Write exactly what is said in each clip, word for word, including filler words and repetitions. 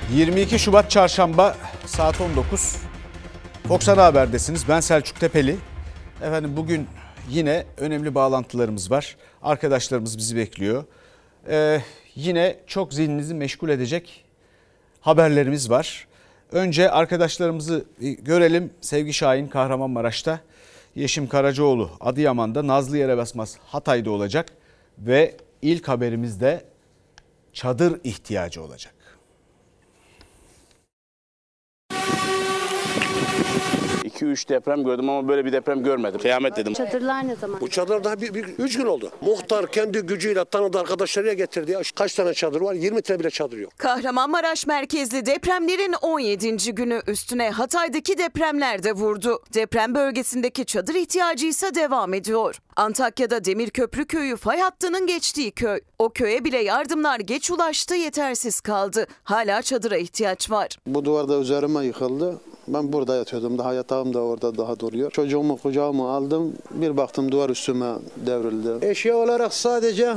yirmi iki Şubat Çarşamba saat on dokuz. Fox Ana Haber'desiniz. Ben Selçuk Tepeli. Efendim bugün yine önemli bağlantılarımız var. Arkadaşlarımız bizi bekliyor. Ee, yine çok zihninizi meşgul edecek haberlerimiz var. Önce arkadaşlarımızı görelim. Sevgi Şahin Kahramanmaraş'ta, Yeşim Karacaoğlu Adıyaman'da, Nazlı Yerebasmaz Hatay'da olacak ve ilk haberimizde çadır ihtiyacı olacak. iki üç deprem gördüm ama böyle bir deprem görmedim. Kıyamet dedim. Çadırlar ne zaman? Bu çadır daha bir, bir üç gün oldu. Muhtar kendi gücüyle tanıdığı arkadaşlarıya getirdi. Ya. Kaç tane çadır var? yirmi tane bile çadır yok. Kahramanmaraş merkezli depremlerin on yedinci günü üstüne Hatay'daki depremler de vurdu. Deprem bölgesindeki çadır ihtiyacı ise devam ediyor. Antakya'da Demirköprü köyü fay hattının geçtiği köy. O köye bile yardımlar geç ulaştı, yetersiz kaldı. Hala çadıra ihtiyaç var. Bu duvarda üzerime yıkıldı. Ben burada yatıyordum. Daha yatağım da orada daha duruyor. Çocuğumu kucağıma aldım. Bir baktım duvar üstüme devrildi. Eşya olarak sadece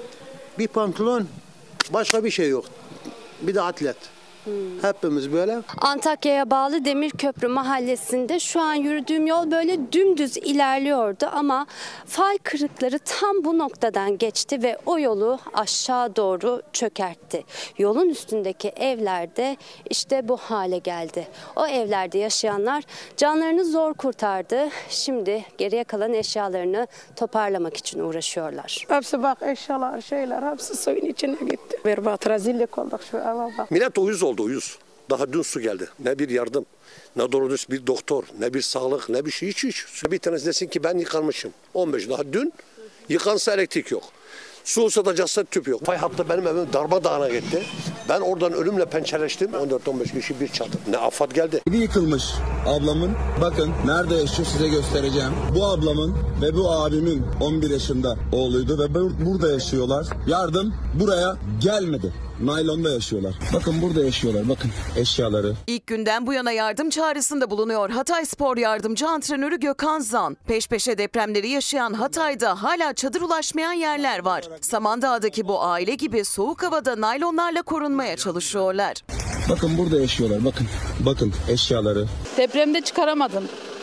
bir pantolon, başka bir şey yok. Bir de atlet. Hmm. Hepimiz böyle. Antakya'ya bağlı Demirköprü mahallesinde şu an yürüdüğüm yol böyle dümdüz ilerliyordu ama fay kırıkları tam bu noktadan geçti ve o yolu aşağı doğru çökertti. Yolun üstündeki evlerde işte bu hale geldi. O evlerde yaşayanlar canlarını zor kurtardı. Şimdi geriye kalan eşyalarını toparlamak için uğraşıyorlar. Hepsi bak eşyalar, şeyler hepsi suyun içine gitti. Berbat, rezillik olduk şu eve bak. Millet uyuz oldu, uyuz. Daha dün su geldi. Ne bir yardım, ne doğru düz bir doktor, ne bir sağlık, ne bir şey, hiç hiç. Bir tanesi desin ki ben yıkanmışım. on beş daha dün yıkansa elektrik yok. Su olsa da ceset tüp yok. Fay hattı benim evim darmadağına gitti. Ben oradan ölümle pençeleştim. on dört on beş kişi bir çadır. Ne afat geldi. Evi yıkılmış ablamın. Bakın nerede yaşıyor size göstereceğim. Bu ablamın ve bu abimin on bir yaşında oğluydu ve burada yaşıyorlar. Yardım buraya gelmedi. Naylonda yaşıyorlar. Bakın burada yaşıyorlar. Bakın eşyaları. İlk günden bu yana yardım çağrısında bulunuyor Hatayspor yardımcı antrenörü Gökhan Zan. Peş peşe depremleri yaşayan Hatay'da hala çadır ulaşmayan yerler var. Samandağ'daki bu aile gibi soğuk havada naylonlarla korunmaya çalışıyorlar. Bakın burada yaşıyorlar. Bakın. Bakın eşyaları. Depremde çıkaramadım.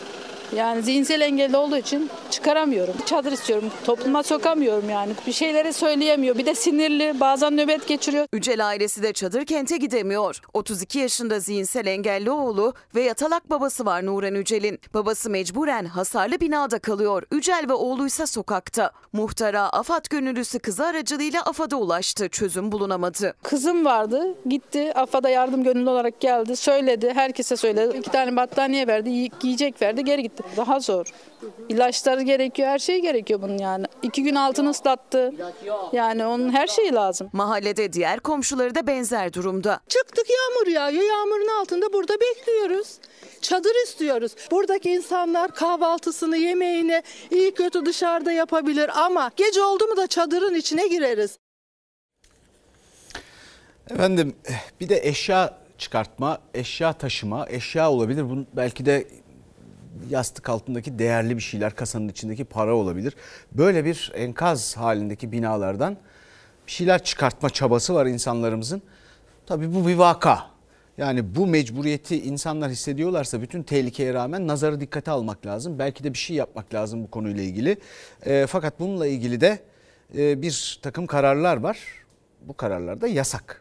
Yani zihinsel engelli olduğu için çıkaramıyorum. Çadır istiyorum. Topluma sokamıyorum yani. Bir şeyleri söyleyemiyor. Bir de sinirli. Bazen nöbet geçiriyor. Yücel ailesi de çadır kente gidemiyor. otuz iki yaşında zihinsel engelli oğlu ve yatalak babası var Nuran Yücel'in. Babası mecburen hasarlı binada kalıyor. Yücel ve oğluysa sokakta. Muhtara AFAD gönüllüsü kızı aracılığıyla AFAD'a ulaştı. Çözüm bulunamadı. Kızım vardı. Gitti. AFAD'a yardım gönüllü olarak geldi. Söyledi. Herkese söyledi. İki tane battaniye verdi. Giyecek verdi. Geri gitti. Daha zor. İlaçları gerekiyor, her şey gerekiyor bunun yani. İki gün altını ıslattı. Yani onun her şeyi lazım. Mahallede diğer komşuları da benzer durumda. Çıktık, yağmur yağıyor. Yağmurun altında burada bekliyoruz. Çadır istiyoruz. Buradaki insanlar kahvaltısını, yemeğini iyi kötü dışarıda yapabilir ama gece oldu mu da çadırın içine gireriz. Efendim bir de eşya çıkartma, eşya taşıma, eşya olabilir. Bunun belki de yastık altındaki değerli bir şeyler, kasanın içindeki para olabilir. Böyle bir enkaz halindeki binalardan bir şeyler çıkartma çabası var insanlarımızın. Tabii bu bir vaka. Yani bu mecburiyeti insanlar hissediyorlarsa bütün tehlikeye rağmen nazarı dikkate almak lazım. Belki de bir şey yapmak lazım bu konuyla ilgili. E, fakat bununla ilgili de e, bir takım kararlar var. Bu kararlar da yasak.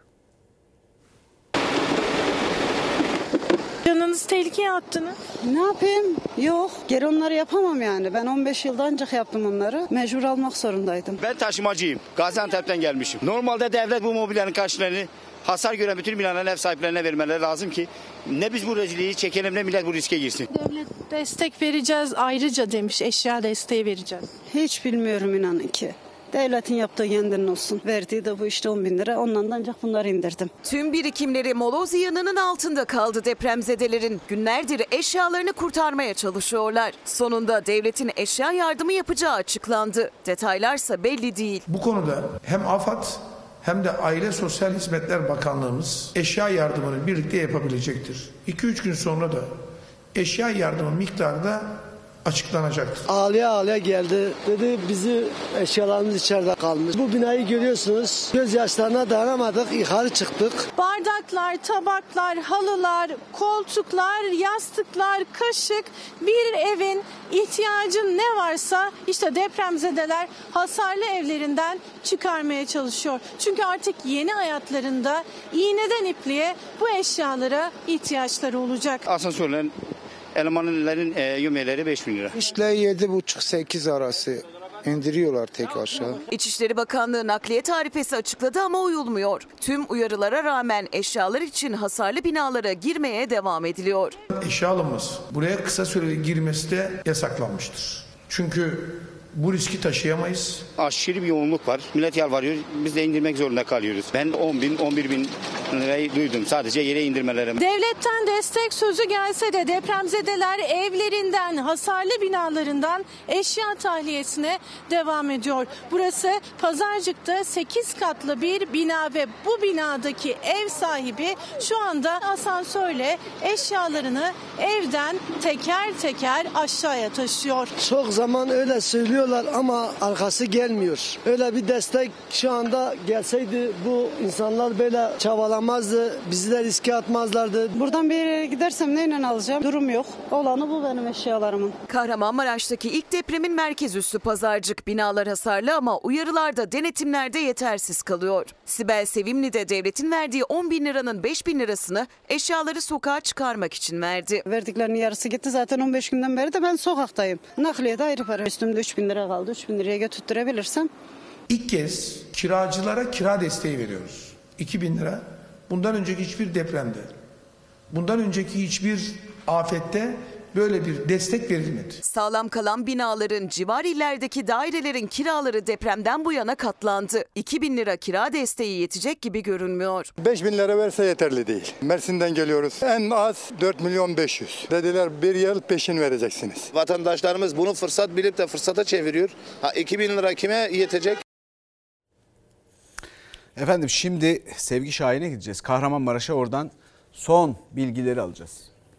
Canınızı tehlikeye attınız. Ne yapayım? Yok. Geri onları yapamam yani. Ben on beş yılda ancak yaptım onları. Mecbur almak zorundaydım. Ben taşımacıyım. Gaziantep'ten gelmişim. Normalde devlet bu mobilyanın karşılığını hasar gören bütün binaların ev sahiplerine vermeleri lazım ki ne biz bu rezilliği çekelim ne millet bu riske girsin. Devlet destek vereceğiz ayrıca demiş, eşya desteği vereceğiz. Hiç bilmiyorum inanın ki. Devletin yaptığı kendinin olsun. Verdiği de bu işte on bin lira. Ondan da ancak bunları indirdim. Tüm birikimleri moloz yığınının altında kaldı depremzedelerin. Günlerdir eşyalarını kurtarmaya çalışıyorlar. Sonunda devletin eşya yardımı yapacağı açıklandı. Detaylarsa belli değil. Bu konuda hem AFAD hem de Aile Sosyal Hizmetler Bakanlığımız eşya yardımını birlikte yapabilecektir. iki üç gün sonra da eşya yardımı miktarı da açıklanacaktır. Ağlaya ağlaya geldi. Dedi bizi eşyalarımız içeride kalmış. Bu binayı görüyorsunuz. Gözyaşlarına dayanamadık. Yukarı çıktık. Bardaklar, tabaklar, halılar, koltuklar, yastıklar, kaşık, bir evin ihtiyacı ne varsa işte depremzedeler hasarlı evlerinden çıkarmaya çalışıyor. Çünkü artık yeni hayatlarında iğneden ipliğe bu eşyalara ihtiyaçları olacak. Asansörlerin elemanların e, yemeğleri beş bin lira. İşte yedi buçuk sekiz arası indiriyorlar tek aşağı. İçişleri Bakanlığı nakliye tarifesi açıkladı ama uyulmuyor. Tüm uyarılara rağmen eşyalar için hasarlı binalara girmeye devam ediliyor. Eşya alınması buraya kısa süreli girmesi de yasaklanmıştır. Çünkü bu riski taşıyamayız. Aşırı bir yoğunluk var. Millet yalvarıyor. Biz de indirmek zorunda kalıyoruz. Ben on bin, on bir bin lirayı duydum sadece yere indirmelerime. Devletten destek sözü gelse de depremzedeler evlerinden, hasarlı binalarından eşya tahliyesine devam ediyor. Burası Pazarcık'ta sekiz katlı bir bina ve bu binadaki ev sahibi şu anda asansörle eşyalarını evden teker teker aşağıya taşıyor. Çok zaman öyle söylüyorlar ama arkası gelmiyor. Öyle bir destek şu anda gelseydi bu insanlar böyle çabalamazdı. Bizi de riske atmazlardı. Buradan bir yere gidersem neyle alacağım? Durum yok. Olanı bu benim eşyalarımın. Kahramanmaraş'taki ilk depremin merkez üssü Pazarcık. Binalar hasarlı ama uyarılarda, denetimlerde yetersiz kalıyor. Sibel Sevimli de devletin verdiği on bin liranın beş bin lirasını eşyaları sokağa çıkarmak için verdi. Verdiklerinin yarısı gitti. Zaten on beş günden beri de ben sokaktayım. Nakliyede ayrı para. Üstümde üç bin lira kaldı. üç bin liraya götürtürebilirsem. İlk kez kiracılara kira desteği veriyoruz. iki bin lira. Bundan önceki hiçbir depremde, bundan önceki hiçbir afette böyle bir destek verilmedi. Sağlam kalan binaların, civar illerdeki dairelerin kiraları depremden bu yana katlandı. iki bin lira kira desteği yetecek gibi görünmüyor. beş bin lira verse yeterli değil. Mersin'den geliyoruz. En az dört milyon beş yüz. Dediler bir yıl peşin vereceksiniz. Vatandaşlarımız bunu fırsat bilip de fırsata çeviriyor. Ha, iki bin lira kime yetecek? Efendim şimdi Sevgi Şahin'e gideceğiz. Kahramanmaraş'a, oradan son bilgileri alacağız.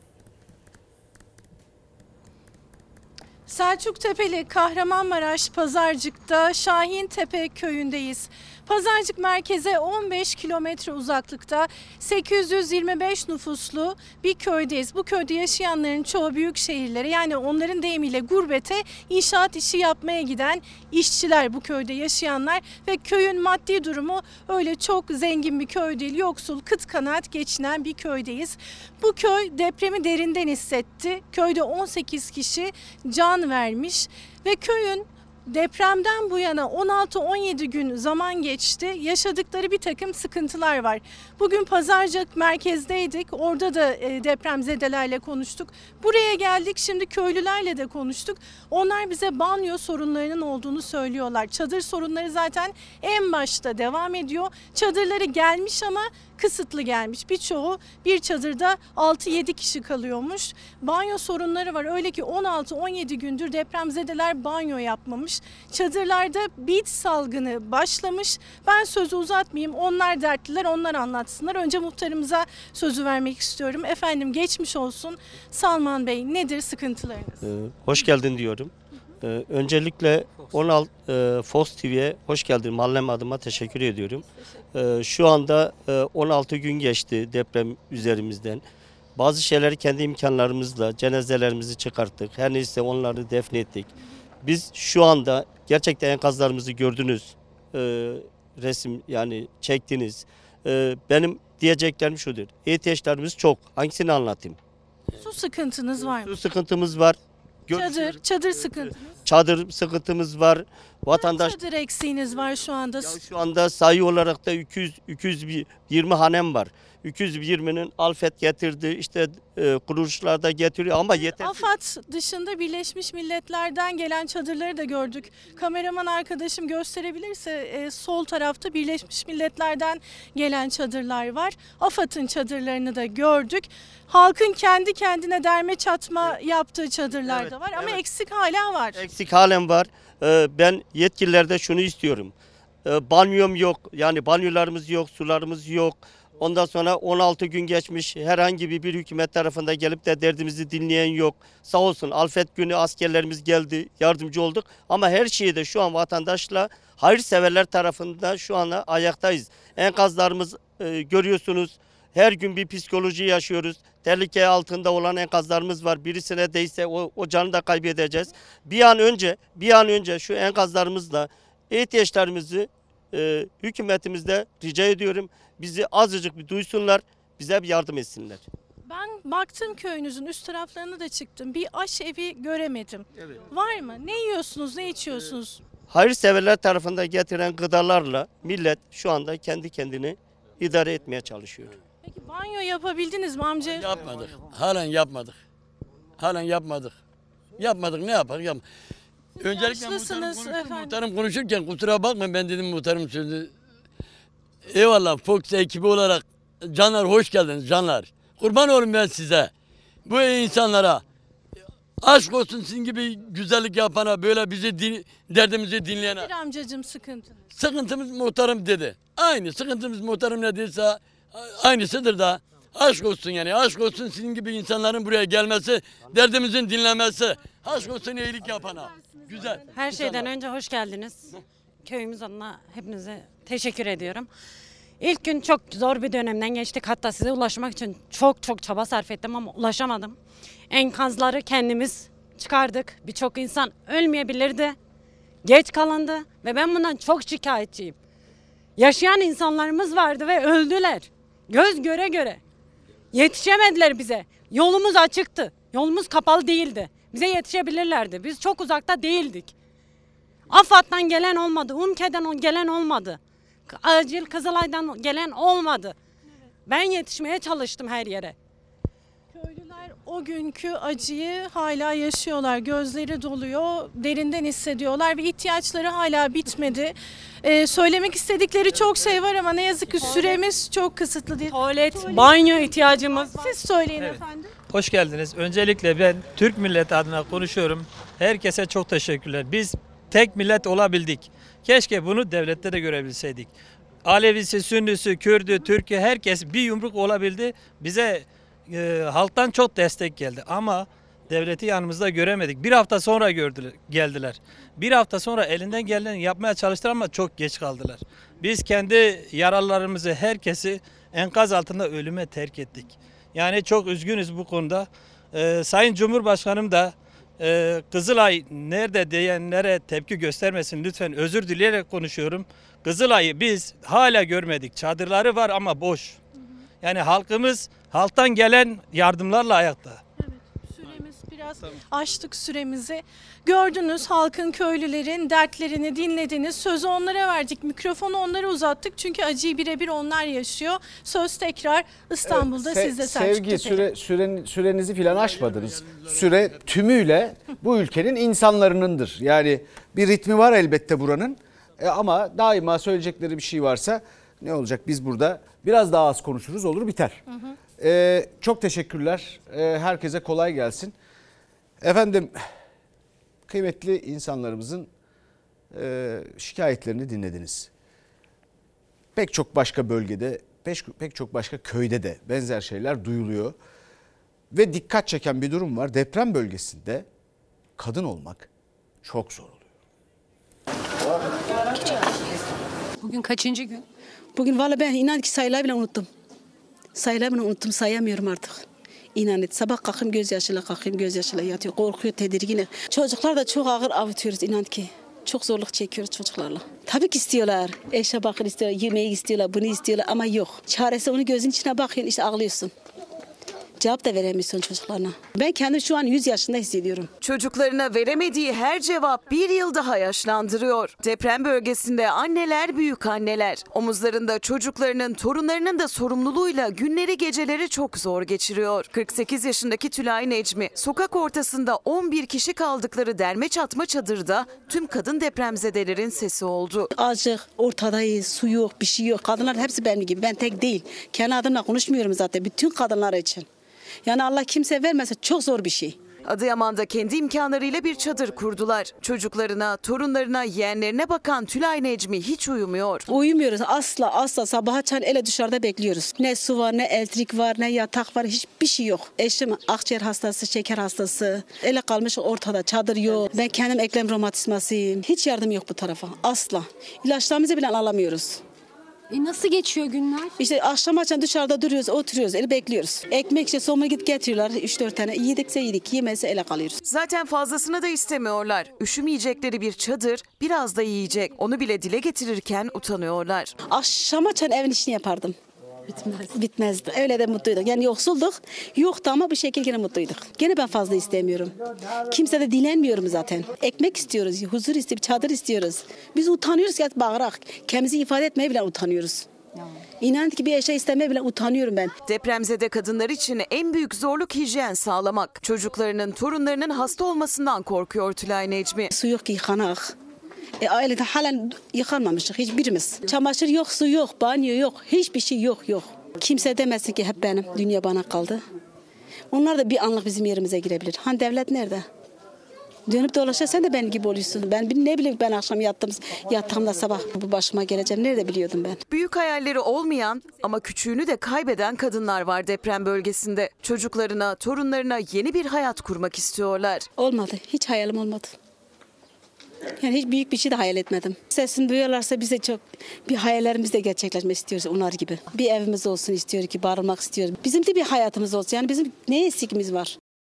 Selçuktepe'li Kahramanmaraş Pazarcık'ta Şahintepe köyündeyiz. Pazarcık merkeze on beş kilometre uzaklıkta sekiz yüz yirmi beş nüfuslu bir köydeyiz. Bu köyde yaşayanların çoğu büyük şehirlere, yani onların deyimiyle gurbete, inşaat işi yapmaya giden işçiler bu köyde yaşayanlar ve köyün maddi durumu öyle çok zengin bir köy değil. Yoksul, kıt kanaat geçinen bir köydeyiz. Bu köy depremi derinden hissetti. Köyde on sekiz kişi can vermiş ve köyün depremden bu yana on altı on yedi gün zaman geçti. Yaşadıkları bir takım sıkıntılar var. Bugün Pazarcık merkezdeydik. Orada da depremzedelerle konuştuk. Buraya geldik. Şimdi köylülerle de konuştuk. Onlar bize banyo sorunlarının olduğunu söylüyorlar. Çadır sorunları zaten en başta devam ediyor. Çadırları gelmiş ama kısıtlı gelmiş. Birçoğu bir çadırda altı yedi kişi kalıyormuş. Banyo sorunları var. Öyle ki on altı on yedi gündür depremzedeler banyo yapmamış. Çadırlarda bit salgını başlamış. Ben sözü uzatmayayım. Onlar dertliler, onlar anlatsınlar. Önce muhtarımıza sözü vermek istiyorum. Efendim geçmiş olsun. Salman Bey, nedir sıkıntılarınız? Ee, hoş geldin diyorum. Ee, öncelikle on altı e, Fox T V'ye hoş geldin. Mahallem adıma teşekkür ediyorum. Ee, şu anda e, on altı gün geçti deprem üzerimizden. Bazı şeyleri kendi imkanlarımızla cenazelerimizi çıkarttık. Her neyse onları defnettik. Biz şu anda gerçekten enkazlarımızı gördünüz. Ee, resim yani çektiniz. Ee, benim diyeceklerim şudur. İhtiyaçlarımız çok. Hangisini anlatayım? Su sıkıntınız var mı? Su sıkıntımız var. Çadır, çadır sıkıntınız. Çadır sıkıntımız var. Vatandaş Çadır eksiğiniz var şu anda. Ya şu anda sayı olarak da iki yüz iki yüz yirmi hanem var. iki yüz yirminin Alfet getirdi, işte e, kuruluşlar da getiriyor ama yeter. AFAD dışında Birleşmiş Milletler'den gelen çadırları da gördük. Kameraman arkadaşım gösterebilirse e, sol tarafta Birleşmiş Milletler'den gelen çadırlar var. AFAD'ın çadırlarını da gördük. Halkın kendi kendine derme çatma evet. yaptığı çadırlar evet, da var ama evet. eksik hala var. Eksik halen var. Ee, ben yetkililerde şunu istiyorum. Ee, banyom yok, yani banyolarımız yok, sularımız yok. Ondan sonra on altı gün geçmiş, herhangi bir, bir hükümet tarafında gelip de derdimizi dinleyen yok. Sağ olsun Afet günü askerlerimiz geldi, yardımcı olduk. Ama her şeyi de şu an vatandaşla hayırseverler tarafından şu anda ayaktayız. Enkazlarımız e, görüyorsunuz, her gün bir psikoloji yaşıyoruz. Tehlike altında olan enkazlarımız var. Birisine değse o, o canı da kaybedeceğiz. Bir an önce, bir an önce şu enkazlarımızla ihtiyaçlarımızı e, hükümetimizde rica ediyorum. Bizi azıcık bir duysunlar, bize bir yardım etsinler. Ben baktım köyünüzün üst taraflarına da çıktım. Bir aş evi göremedim. Evet. Var mı? Ne yiyorsunuz, ne içiyorsunuz? Hayırseverler tarafından getiren gıdalarla millet şu anda kendi kendini idare etmeye çalışıyor. Peki banyo yapabildiniz mi amca? Yapmadık. Halen yapmadık. Halen yapmadık. Yapmadık, ne yapar? Yap. Öncelikle muhtarım, konuşur, muhtarım konuşurken kusura bakmayın, ben dedim muhtarım sözü. Eyvallah, Fox ekibi olarak canlar hoş geldiniz canlar. Kurban olun ben size. Bu insanlara aşk olsun, sizin gibi güzellik yapana, böyle bizi din, derdimizi dinleyene. Nedir amcacığım sıkıntınız? Sıkıntımız muhtarım dedi. Aynı sıkıntımız muhtarım ne dediyse aynısıdır da. Aşk olsun yani, aşk olsun sizin gibi insanların buraya gelmesi, derdimizin dinlemesi. Aşk olsun iyilik yapana. Güzel. Her şeyden önce hoş geldiniz. Köyümüz adına hepinize teşekkür ediyorum. İlk gün çok zor bir dönemden geçtik. Hatta size ulaşmak için çok çok çaba sarf ettim ama ulaşamadım. Enkazları kendimiz çıkardık. Birçok insan ölmeyebilirdi. Geç kalındı ve ben bundan çok şikayetçiyim. Yaşayan insanlarımız vardı ve öldüler. Göz göre göre. Yetişemediler bize. Yolumuz açıktı. Yolumuz kapalı değildi. Bize yetişebilirlerdi. Biz çok uzakta değildik. AFAD'dan gelen olmadı. UMKE'den gelen olmadı. Acil Kızılay'dan gelen olmadı. Ben yetişmeye çalıştım her yere. Köylüler o günkü acıyı hala yaşıyorlar. Gözleri doluyor, derinden hissediyorlar ve ihtiyaçları hala bitmedi. Ee, söylemek istedikleri çok şey var ama ne yazık ki süremiz çok kısıtlı değil. Tuvalet, Tuvalet banyo ihtiyacımız. Siz söyleyin Evet. efendim. Hoş geldiniz. Öncelikle ben Türk milleti adına konuşuyorum. Herkese çok teşekkürler. Biz tek millet olabildik. Keşke bunu devlette de görebilseydik. Alevisi, Sünnüsü, Kürdü, Türk'ü herkes bir yumruk olabildi. Bize e, halktan çok destek geldi ama devleti yanımızda göremedik. Bir hafta sonra gördüler, geldiler. Bir hafta sonra elinden geleni yapmaya çalıştılar ama çok geç kaldılar. Biz kendi yaralılarımızı, herkesi enkaz altında ölüme terk ettik. Yani çok üzgünüz bu konuda. Ee, Sayın Cumhurbaşkanım da e, Kızılay nerede diyenlere tepki göstermesin lütfen, özür dileyerek konuşuyorum. Kızılay'ı biz hala görmedik. Çadırları var ama boş. Yani halkımız halktan gelen yardımlarla ayakta. Süremiz biraz açtık süremizi. Gördünüz halkın, köylülerin dertlerini dinlediniz. Sözü onlara verdik. Mikrofonu onlara uzattık. Çünkü acıyı birebir onlar yaşıyor. Söz tekrar İstanbul'da Evet, se- sizde Selçuk Sevgi, Tepeli. süre, süren, sürenizi filan aşmadınız. Süre tümüyle bu ülkenin insanlarınındır. Yani bir ritmi var elbette buranın. E ama daima söyleyecekleri bir şey varsa ne olacak? Biz burada biraz daha az konuşuruz, olur biter. Hı hı. E, çok teşekkürler. E, herkese kolay gelsin. Efendim, kıymetli insanlarımızın e, şikayetlerini dinlediniz. Pek çok başka bölgede, pek, pek çok başka köyde de benzer şeyler duyuluyor. Ve dikkat çeken bir durum var. Deprem bölgesinde kadın olmak çok zor oluyor. Bugün kaçıncı gün? Bugün valla ben inan ki sayıları bile unuttum. Sayıları bile unuttum, sayamıyorum artık. İnan et, sabah kalkayım gözyaşıyla kalkayım gözyaşıyla yatıyor. Korkuyor, tedirgin. Çocuklar da çok ağır avutuyoruz inan ki. Çok zorluk çekiyoruz çocuklarla. Tabii ki istiyorlar. Eşe bakın istiyorlar, yemeği istiyorlar, bunu istiyorlar ama yok. Çaresi onu gözün içine bakıyorsun, işte ağlıyorsun. Cevap da veremiyorsun çocuklarına. Ben kendim şu an yüz yaşında hissediyorum. Çocuklarına veremediği her cevap bir yıl daha yaşlandırıyor. Deprem bölgesinde anneler, büyük anneler omuzlarında çocuklarının, torunlarının da sorumluluğuyla günleri geceleri çok zor geçiriyor. kırk sekiz yaşındaki Tülay Necmi sokak ortasında on bir kişi kaldıkları derme çatma çadırda tüm kadın depremzedelerin sesi oldu. Acık, ortadayız, su yok, bir şey yok. Kadınlar hepsi benim gibi, ben tek değil. Kendi adımla konuşmuyorum zaten, bütün kadınlar için. Yani Allah kimse vermese çok zor bir şey. Adıyaman'da kendi imkanlarıyla bir çadır kurdular. Çocuklarına, torunlarına, yeğenlerine bakan Tülay Necmi hiç uyumuyor. Uyumuyoruz asla asla, sabaha çan ele dışarıda bekliyoruz. Ne su var, ne elektrik var, ne yatak var, hiçbir şey yok. Eşim akciğer hastası, şeker hastası. Ele kalmış ortada, çadır yok. Ben kendim eklem romatizmasıyım. Hiç yardım yok bu tarafa asla. İlaçlarımızı bile alamıyoruz. E nasıl geçiyor günler? İşte akşam akşam dışarıda duruyoruz, oturuyoruz, ele bekliyoruz. Ekmek işte somuna git getiriyorlar üç dört tane. Yedikse yedik, yemezse ele kalıyoruz. Zaten fazlasını da istemiyorlar. Üşümeyecekleri bir çadır, biraz da yiyecek. Onu bile dile getirirken utanıyorlar. Akşam akşam evin işini yapardım. Bitmez. Bitmezdi. Öyle de mutluyduk. Yani yoksulduk. Yoktu ama bir şekilde yine mutluyduk. Gene ben fazla istemiyorum. Kimse de dilenmiyorum zaten. Ekmek istiyoruz, huzur istiyoruz, çadır istiyoruz. Biz utanıyoruz ya bağırarak. Kendimizi ifade etmeye bile utanıyoruz. İnan ki bir eşya istemeye bile utanıyorum ben. Depremzede kadınlar için en büyük zorluk hijyen sağlamak. Çocuklarının, torunlarının hasta olmasından korkuyor Tülay Necmi. Su yok ki yıkanak. E, ailede halen yıkanmamıştık hiçbirimiz. Çamaşır yok, su yok, banyo yok, hiçbir şey yok yok. Kimse demesin ki hep benim, dünya bana kaldı. Onlar da bir anlık bizim yerimize girebilir. Hani devlet nerede? Dönüp dolaşa sen de benim gibi oluyorsun. Ben ne bileyim, ben akşam yattım, yattığımda sabah bu başıma geleceğim. Nerede biliyordum ben? Büyük hayalleri olmayan ama küçüğünü de kaybeden kadınlar var deprem bölgesinde. Çocuklarına, torunlarına yeni bir hayat kurmak istiyorlar. Olmadı, hiç hayalim olmadı. Yani hiç büyük bir şey de hayal etmedim. Sesini duyuyorlarsa bize çok bir hayallerimiz de gerçekleşmek istiyoruz onlar gibi. Bir evimiz olsun istiyoruz ki, barınmak istiyoruz. Bizim de bir hayatımız olsun. Yani bizim ne eksikimiz var?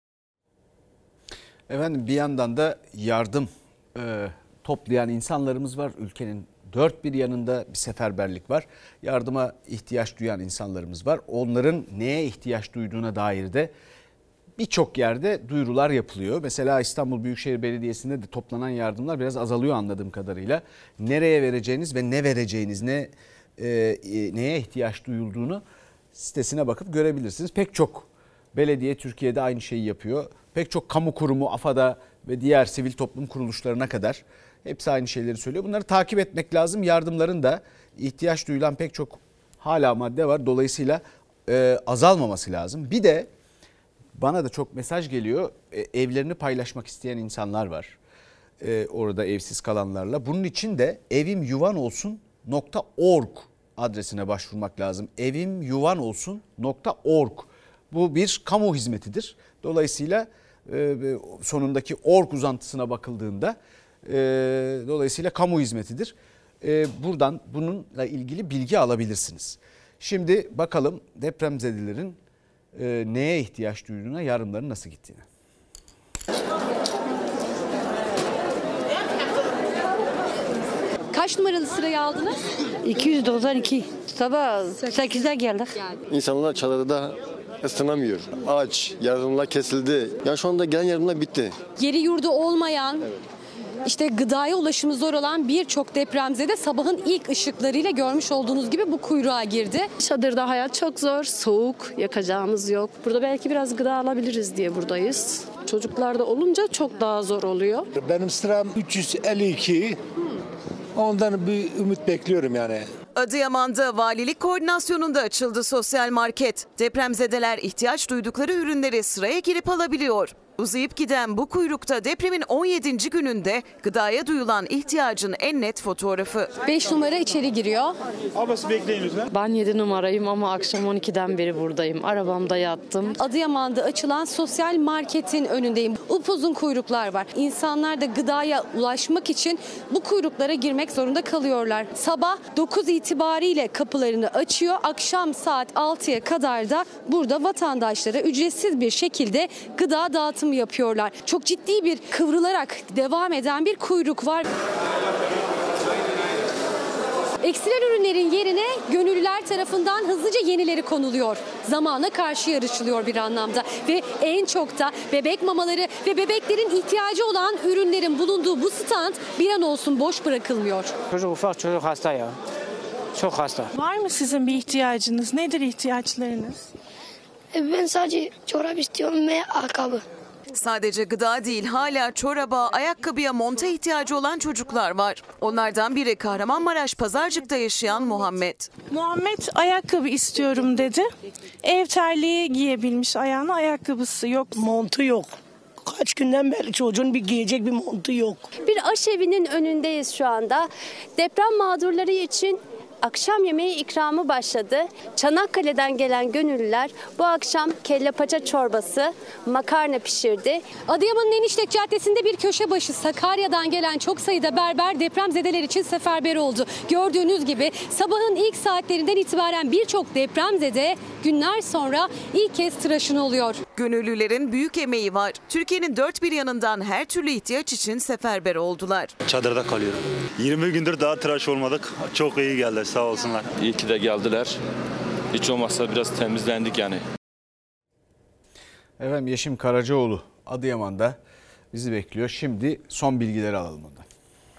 Efendim bir yandan da yardım e, toplayan insanlarımız var. Ülkenin dört bir yanında bir seferberlik var. Yardıma ihtiyaç duyan insanlarımız var. Onların neye ihtiyaç duyduğuna dair de birçok yerde duyurular yapılıyor. Mesela İstanbul Büyükşehir Belediyesi'nde de toplanan yardımlar biraz azalıyor anladığım kadarıyla. Nereye vereceğiniz ve ne vereceğiniz, ne e, e, neye ihtiyaç duyulduğunu sitesine bakıp görebilirsiniz. Pek çok belediye Türkiye'de aynı şeyi yapıyor. Pek çok kamu kurumu, AFAD'a ve diğer sivil toplum kuruluşlarına kadar hepsi aynı şeyleri söylüyor. Bunları takip etmek lazım. Yardımların da ihtiyaç duyulan pek çok hala madde var. Dolayısıyla e, azalmaması lazım. Bir de bana da çok mesaj geliyor. E, evlerini paylaşmak isteyen insanlar var. E, orada evsiz kalanlarla. Bunun için de evimyuvanolsun nokta org adresine başvurmak lazım. evimyuvanolsun nokta org. Bu bir kamu hizmetidir. Dolayısıyla e, sonundaki org uzantısına bakıldığında e, dolayısıyla kamu hizmetidir. E, buradan bununla ilgili bilgi alabilirsiniz. Şimdi bakalım depremzedelerin e, neye ihtiyaç duyduğuna, yardımların nasıl gittiğine. Kaç numaralı sırayı aldınız? iki yüz doksan iki. Sabah sekizde geldik. İnsanlar çadırda ısınamıyor. Aç, yardımlar kesildi. Ya şu anda gelen yardımlar bitti. Yeri yurdu olmayan, evet. işte gıdaya ulaşımı zor olan birçok depremzede sabahın ilk ışıklarıyla görmüş olduğunuz gibi bu kuyruğa girdi. Çadırda hayat çok zor, soğuk, yakacağımız yok. Burada belki biraz gıda alabiliriz diye buradayız. Çocuklarda olunca çok daha zor oluyor. Benim sıram üç yüz elli iki. Ondan bir ümit bekliyorum yani. Adıyaman'da valilik koordinasyonunda açıldı sosyal market. Depremzedeler ihtiyaç duydukları ürünleri sıraya girip alabiliyor. Uzayıp giden bu kuyrukta depremin on yedinci gününde gıdaya duyulan ihtiyacın en net fotoğrafı. beş numara içeri giriyor. Ablası bekleyin lütfen. Ben yedi numarayım ama akşam on ikiden beri buradayım. Arabamda yattım. Adıyaman'da açılan sosyal marketin önündeyim. Upuzun kuyruklar var. İnsanlar da gıdaya ulaşmak için bu kuyruklara girmek zorunda kalıyorlar. Sabah dokuz itibariyle kapılarını açıyor. Akşam saat altıya kadar da burada vatandaşlara ücretsiz bir şekilde gıda dağıtımı yapıyorlar. Çok ciddi bir kıvrılarak devam eden bir kuyruk var. Eksilen ürünlerin yerine gönüllüler tarafından hızlıca yenileri konuluyor. Zamana karşı yarışılıyor bir anlamda ve en çok da bebek mamaları ve bebeklerin ihtiyacı olan ürünlerin bulunduğu bu stand bir an olsun boş bırakılmıyor. Çocuk ufak, çocuk hasta ya. Çok hasta. Var mı sizin bir ihtiyacınız? Nedir ihtiyaçlarınız? Ben sadece çorap istiyorum ve ayakkabı. Sadece gıda değil, hala çoraba, ayakkabıya, monta ihtiyacı olan çocuklar var. Onlardan biri Kahramanmaraş Pazarcık'ta yaşayan Muhammed. Muhammed ayakkabı istiyorum dedi. Ev terliği giyebilmiş, ayağına ayakkabısı yok. Montu yok. Kaç günden beri çocuğun bir giyecek bir montu yok. Bir aşevinin önündeyiz şu anda. Deprem mağdurları için akşam yemeği ikramı başladı. Çanakkale'den gelen gönüllüler bu akşam kelle paça çorbası, makarna pişirdi. Adıyaman'ın Eniştek Caddesi'nde bir köşe başı Sakarya'dan gelen çok sayıda berber depremzedeler için seferber oldu. Gördüğünüz gibi sabahın ilk saatlerinden itibaren birçok depremzede günler sonra ilk kez tıraşını oluyor. Gönüllülerin büyük emeği var. Türkiye'nin dört bir yanından her türlü ihtiyaç için seferber oldular. Çadırda kalıyorum. yirmi gündür daha tıraş olmadık. Çok iyi geldi, sağ olsunlar. İyi ki de geldiler. Hiç olmazsa biraz temizlendik yani. Efendim Yeşim Karacaoğlu Adıyaman'da bizi bekliyor. Şimdi son bilgileri alalım ondan.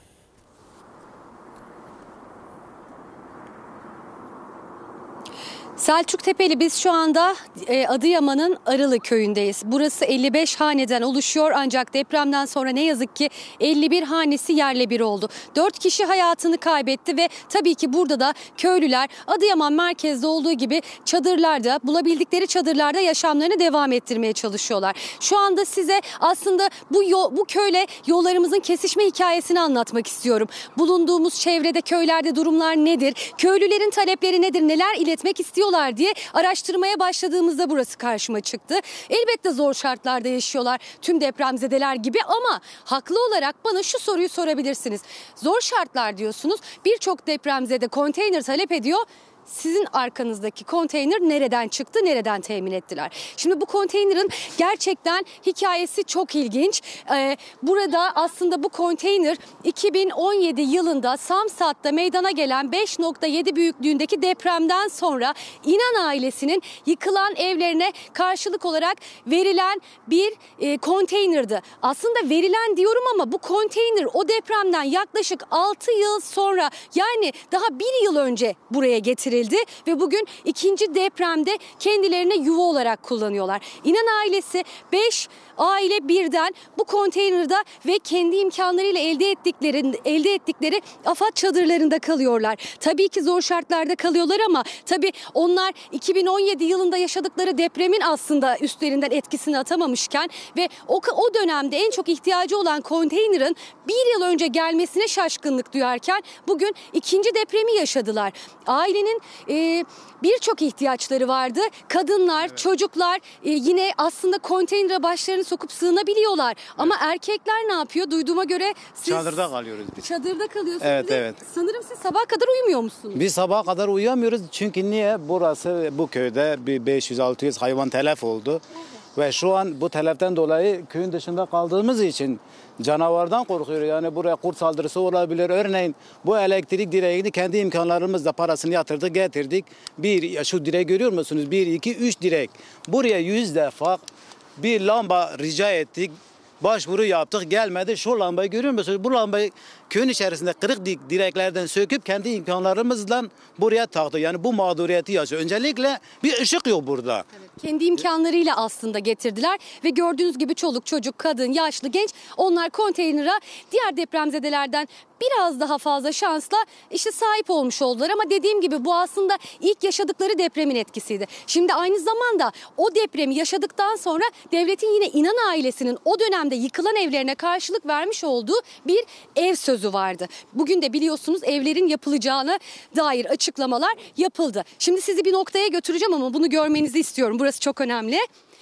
Selçuk Tepeli, biz şu anda Adıyaman'ın Arılı köyündeyiz. Burası elli beş haneden oluşuyor ancak depremden sonra ne yazık ki elli bir hanesi yerle bir oldu. dört kişi hayatını kaybetti ve tabii ki burada da köylüler Adıyaman merkezde olduğu gibi çadırlarda, bulabildikleri çadırlarda yaşamlarını devam ettirmeye çalışıyorlar. Şu anda size aslında bu yol, bu köyle yollarımızın kesişme hikayesini anlatmak istiyorum. Bulunduğumuz çevrede, köylerde durumlar nedir? Köylülerin talepleri nedir? Neler iletmek istiyorlar diye araştırmaya başladığımızda burası karşıma çıktı. Elbette zor şartlarda yaşıyorlar tüm depremzedeler gibi ama haklı olarak bana şu soruyu sorabilirsiniz. Zor şartlar diyorsunuz, birçok depremzede konteyner talep ediyor. Sizin arkanızdaki konteyner nereden çıktı, nereden temin ettiler? Şimdi bu konteynerin gerçekten hikayesi çok ilginç. Ee, burada aslında bu konteyner iki bin on yedi yılında Samsat'ta meydana gelen beş nokta yedi büyüklüğündeki depremden sonra İnan ailesinin yıkılan evlerine karşılık olarak verilen bir e, konteynerdi. Aslında verilen diyorum ama bu konteyner o depremden yaklaşık altı yıl sonra, yani daha bir yıl önce buraya getirildi. Ve bugün ikinci depremde kendilerine yuva olarak kullanıyorlar. İnan ailesi beş aile birden bu konteynerde ve kendi imkanlarıyla elde ettikleri elde ettikleri AFAD çadırlarında kalıyorlar. Tabii ki zor şartlarda kalıyorlar ama tabii onlar iki bin on yedi yılında yaşadıkları depremin aslında üstlerinden etkisini atamamışken ve o, o dönemde en çok ihtiyacı olan konteynerin bir yıl önce gelmesine şaşkınlık duyarken bugün ikinci depremi yaşadılar. Ailenin e, birçok ihtiyaçları vardı. Kadınlar, evet. çocuklar e, yine aslında konteynere başlarını sokup sığınabiliyorlar. Evet. Ama erkekler ne yapıyor? Duyduğuma göre siz çadırda kalıyoruz biz. Çadırda kalıyorsunuz. Evet, evet. Sanırım siz sabaha kadar uyumuyor musunuz? Biz sabaha kadar uyuyamıyoruz. Çünkü niye? Burası, bu köyde bir beş yüz altı yüz hayvan telef oldu. Evet. Ve şu an bu teleften dolayı köyün dışında kaldığımız için canavardan korkuyoruz. Yani buraya kurt saldırısı olabilir. Örneğin bu elektrik direğini kendi imkanlarımızla parasını yatırdık, getirdik. Bir, şu direği görüyor musunuz? Bir, iki, üç direk. Buraya yüz defa bir lamba rica ettik. Başvuru yaptık, gelmedi. Şu lambayı görüyor musunuz? Bu lambayı köyün içerisinde kırık direklerden söküp kendi imkanlarımızla buraya taktık. Yani bu mağduriyeti yaşıyor. Öncelikle bir ışık yok burada. Evet, kendi imkanlarıyla aslında getirdiler ve gördüğünüz gibi çoluk, çocuk, kadın, yaşlı, genç, onlar konteynere diğer depremzedelerden biraz daha fazla şansla işte sahip olmuş oldular. Ama dediğim gibi bu aslında ilk yaşadıkları depremin etkisiydi. Şimdi aynı zamanda o depremi yaşadıktan sonra devletin yine İnan ailesinin o dönemde yıkılan evlerine karşılık vermiş olduğu bir ev sözü vardı. Bugün de biliyorsunuz evlerin yapılacağına dair açıklamalar yapıldı. Şimdi sizi bir noktaya götüreceğim ama bunu görmenizi istiyorum. Burası çok önemli.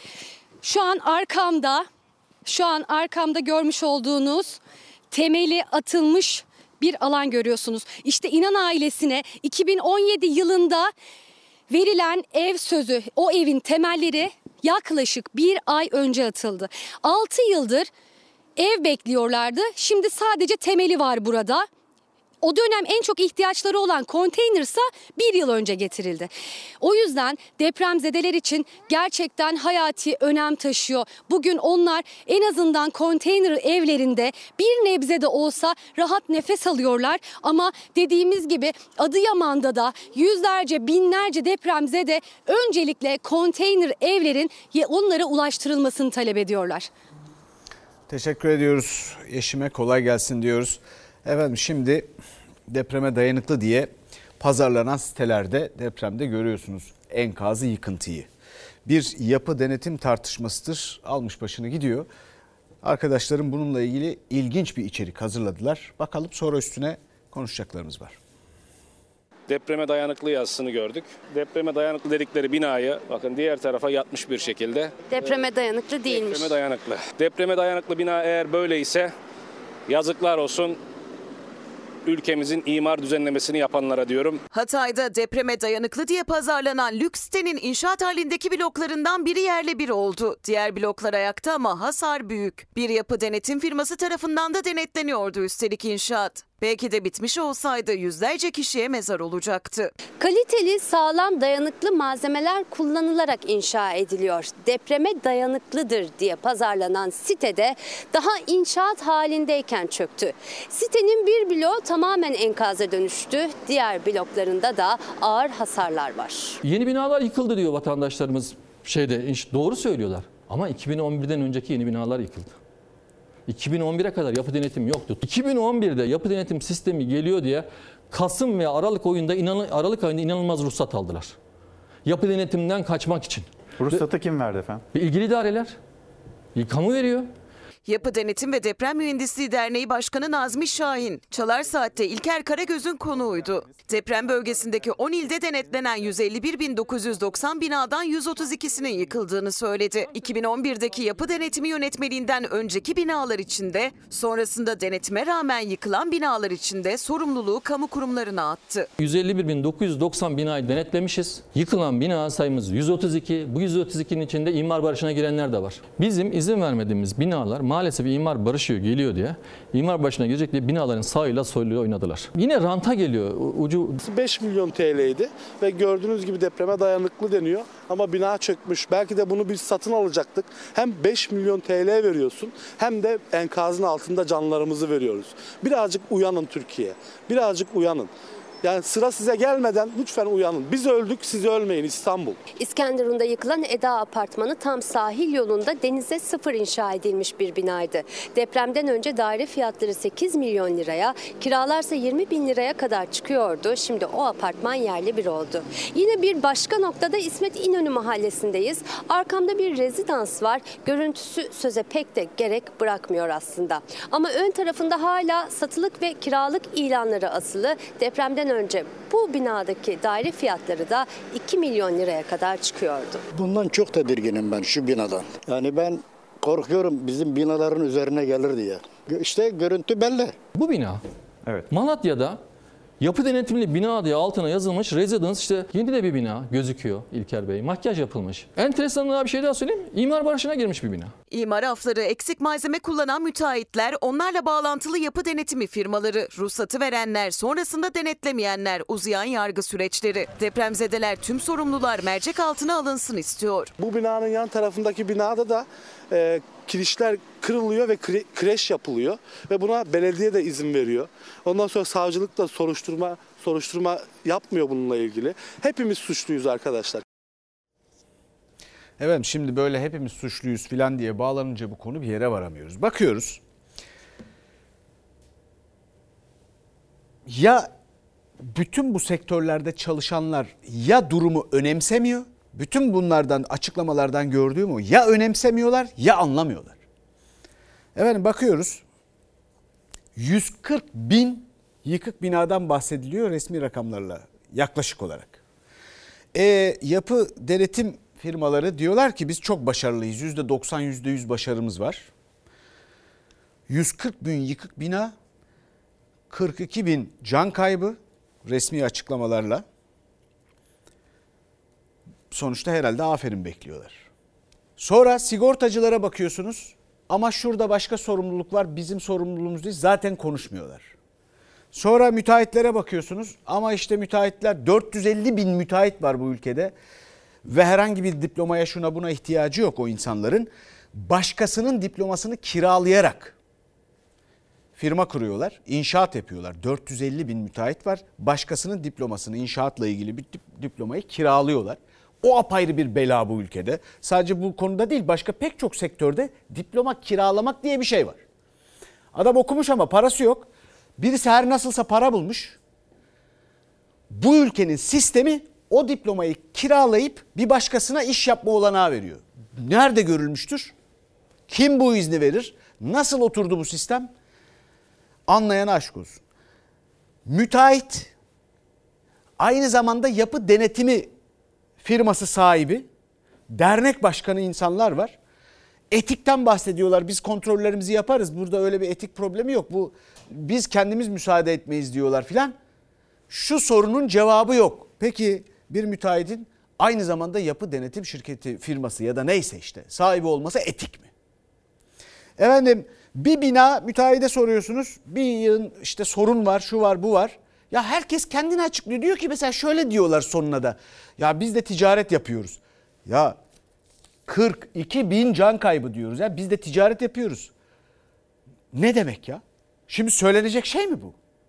Şu an arkamda, şu an arkamda görmüş olduğunuz temeli atılmış bir alan görüyorsunuz. İşte İnan ailesine iki bin on yedi yılında verilen ev sözü, o evin temelleri yaklaşık bir ay önce atıldı. altı yıldır ev bekliyorlardı. Şimdi sadece temeli var burada. O dönem en çok ihtiyaçları olan konteynersa bir yıl önce getirildi. O yüzden depremzedeler için gerçekten hayati önem taşıyor. Bugün onlar en azından konteyner evlerinde bir nebze de olsa rahat nefes alıyorlar. Ama dediğimiz gibi Adıyaman'da da yüzlerce, binlerce depremzede öncelikle konteyner evlerin onlara ulaştırılmasını talep ediyorlar. Teşekkür ediyoruz. Yeşim'e kolay gelsin diyoruz. Efendim şimdi depreme dayanıklı diye pazarlanan sitelerde depremde görüyorsunuz enkazı, yıkıntıyı. Bir yapı denetim tartışmasıdır, almış başını gidiyor. Arkadaşlarım bununla ilgili ilginç bir içerik hazırladılar. Bakalım sonra üstüne konuşacaklarımız var. Depreme dayanıklı yazısını gördük. Depreme dayanıklı dedikleri binayı bakın diğer tarafa yatmış bir şekilde. Depreme dayanıklı değilmiş. Depreme dayanıklı. Depreme dayanıklı bina eğer böyleyse yazıklar olsun ülkemizin imar düzenlemesini yapanlara diyorum. Hatay'da depreme dayanıklı diye pazarlanan lüks sitenin inşaat halindeki bloklarından biri yerle bir oldu. Diğer bloklar ayakta ama hasar büyük. Bir yapı denetim firması tarafından da denetleniyordu üstelik inşaat. Belki de bitmiş olsaydı yüzlerce kişiye mezar olacaktı. Kaliteli, sağlam, dayanıklı malzemeler kullanılarak inşa ediliyor. Depreme dayanıklıdır diye pazarlanan sitede daha inşaat halindeyken çöktü. Sitenin bir bloğu tamamen enkaza dönüştü. Diğer bloklarında da ağır hasarlar var. Yeni binalar yıkıldı diyor vatandaşlarımız şeyde, doğru söylüyorlar. Ama iki bin on birden önceki yeni binalar yıkıldı. iki bin on bire kadar yapı denetim yoktu. iki bin on birde yapı denetim sistemi geliyor diye Kasım ve Aralık ayında inan Aralık ayında inanılmaz ruhsat aldılar. Yapı denetimden kaçmak için. Ruhsatı kim verdi efendim? İlgili idareler. Kamu veriyor. Yapı Denetim ve Deprem Mühendisliği Derneği Başkanı Nazmi Şahin, Çalar Saat'te İlker Karagöz'ün konuğuydu. Deprem bölgesindeki on ilde denetlenen yüz elli bir bin dokuz yüz doksan binadan yüz otuz ikisinin yıkıldığını söyledi. iki bin on birdeki yapı denetimi yönetmeliğinden önceki binalar içinde, sonrasında denetime rağmen yıkılan binalar içinde sorumluluğu kamu kurumlarına attı. yüz elli bir bin dokuz yüz doksan binayı denetlemişiz. Yıkılan bina sayımız yüz otuz iki. Bu yüz otuz ikinin içinde imar barışına girenler de var. Bizim izin vermediğimiz binalar maalesef imar barışı geliyor diye, imar barışına girecek diye binaların sağıyla soluyla oynadılar. Yine ranta geliyor. Ucu beş milyon T L'ydi ve gördüğünüz gibi depreme dayanıklı deniyor ama bina çökmüş. Belki de bunu biz satın alacaktık. Hem beş milyon T L veriyorsun hem de enkazın altında canlarımızı veriyoruz. Birazcık uyanın Türkiye. Birazcık uyanın. Yani sıra size gelmeden lütfen uyanın. Biz öldük, siz ölmeyin İstanbul. İskenderun'da yıkılan Eda Apartmanı tam sahil yolunda denize sıfır inşa edilmiş bir binaydı. Depremden önce daire fiyatları sekiz milyon liraya, kiralarsa yirmi bin liraya kadar çıkıyordu. Şimdi o apartman yerli bir oldu. Yine bir başka noktada İsmet İnönü mahallesindeyiz. Arkamda bir rezidans var. Görüntüsü söze pek de gerek bırakmıyor aslında. Ama ön tarafında hala satılık ve kiralık ilanları asılı. Depremden önce bu binadaki daire fiyatları da iki milyon liraya kadar çıkıyordu. Bundan çok tedirginim ben, şu binadan. Yani ben korkuyorum bizim binaların üzerine gelir diye. İşte görüntü belli. Bu bina evet. Malatya'da yapı denetimli bina diye altına yazılmış rezidans, işte yeni de bir bina gözüküyor İlker Bey. Makyaj yapılmış. Enteresan daha bir şey daha söyleyeyim. İmar barışına girmiş bir bina. İmar afları, eksik malzeme kullanan müteahhitler, onlarla bağlantılı yapı denetimi firmaları, ruhsatı verenler, sonrasında denetlemeyenler, uzayan yargı süreçleri. Depremzedeler tüm sorumlular mercek altına alınsın istiyor. Bu binanın yan tarafındaki binada da e, kirişler kırılıyor ve kre, kreş yapılıyor ve buna belediye de izin veriyor. Ondan sonra savcılık da soruşturma soruşturma yapmıyor bununla ilgili. Hepimiz suçluyuz arkadaşlar. Evet, şimdi böyle hepimiz suçluyuz filan diye bağlanınca bu konu bir yere varamıyoruz. Bakıyoruz. Ya bütün bu sektörlerde çalışanlar ya durumu önemsemiyor. Bütün bunlardan, açıklamalardan gördüğüm o, ya önemsemiyorlar ya anlamıyorlar. Efendim bakıyoruz. yüz kırk bin yıkık binadan bahsediliyor resmi rakamlarla yaklaşık olarak. E, yapı denetim firmaları diyorlar ki biz çok başarılıyız. yüzde doksan yüzde yüz başarımız var. yüz kırk bin yıkık bina, kırk iki bin can kaybı resmi açıklamalarla. Sonuçta herhalde aferin bekliyorlar. Sonra sigortacılara bakıyorsunuz ama şurada başka sorumluluk var, bizim sorumluluğumuz değil, zaten konuşmuyorlar. Sonra müteahhitlere bakıyorsunuz ama işte müteahhitler, dört yüz elli bin müteahhit var bu ülkede ve herhangi bir diplomaya şuna buna ihtiyacı yok o insanların. Başkasının diplomasını kiralayarak firma kuruyorlar, inşaat yapıyorlar. dört yüz elli bin müteahhit var, başkasının diplomasını, inşaatla ilgili bir diplomayı kiralıyorlar. O apayrı bir bela bu ülkede. Sadece bu konuda değil, başka pek çok sektörde diploma kiralamak diye bir şey var. Adam okumuş ama parası yok. Birisi her nasılsa para bulmuş. Bu ülkenin sistemi o diplomayı kiralayıp bir başkasına iş yapma olanağı veriyor. Nerede görülmüştür? Kim bu izni verir? Nasıl oturdu bu sistem? Anlayana aşk olsun. Müteahhit, aynı zamanda yapı denetimi firması sahibi, dernek başkanı insanlar var. Etikten bahsediyorlar. Biz kontrollerimizi yaparız. Burada öyle bir etik problemi yok. Bu biz kendimiz müsaade etmeyiz diyorlar filan. Şu sorunun cevabı yok. Peki bir müteahhitin aynı zamanda yapı denetim şirketi firması ya da neyse işte sahibi olması etik mi? Efendim bir bina müteahhide soruyorsunuz. Bir yığın işte sorun var, şu var, bu var. Ya herkes kendini açıklıyor. Diyor ki mesela şöyle diyorlar sonuna da. Ya biz de ticaret yapıyoruz. Ya kırk iki bin can kaybı diyoruz. Ya biz de ticaret yapıyoruz. Ne demek ya? Şimdi söylenecek şey mi bu?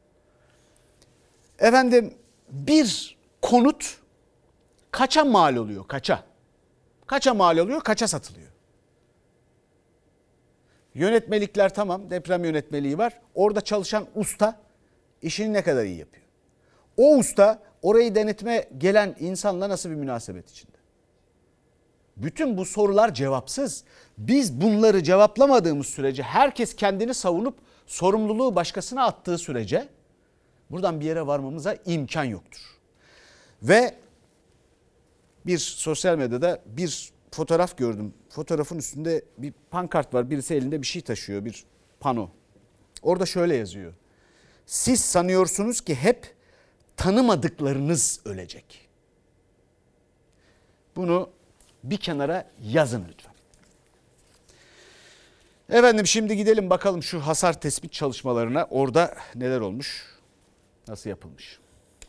Efendim bir konut kaça mal oluyor? Kaça? Kaça mal oluyor? Kaça satılıyor? Yönetmelikler tamam, deprem yönetmeliği var. Orada çalışan usta işini ne kadar iyi yapıyor? O usta orayı denetime gelen insanla nasıl bir münasebet içinde? Bütün bu sorular cevapsız. Biz bunları cevaplamadığımız sürece, herkes kendini savunup sorumluluğu başkasına attığı sürece buradan bir yere varmamıza imkan yoktur. Ve bir sosyal medyada bir fotoğraf gördüm. Fotoğrafın üstünde bir pankart var. Birisi elinde bir şey taşıyor, bir pano. Orada şöyle yazıyor. Siz sanıyorsunuz ki hep tanımadıklarınız ölecek. Bunu bir kenara yazın lütfen. Efendim şimdi gidelim bakalım şu hasar tespit çalışmalarına. Orada neler olmuş, nasıl yapılmış?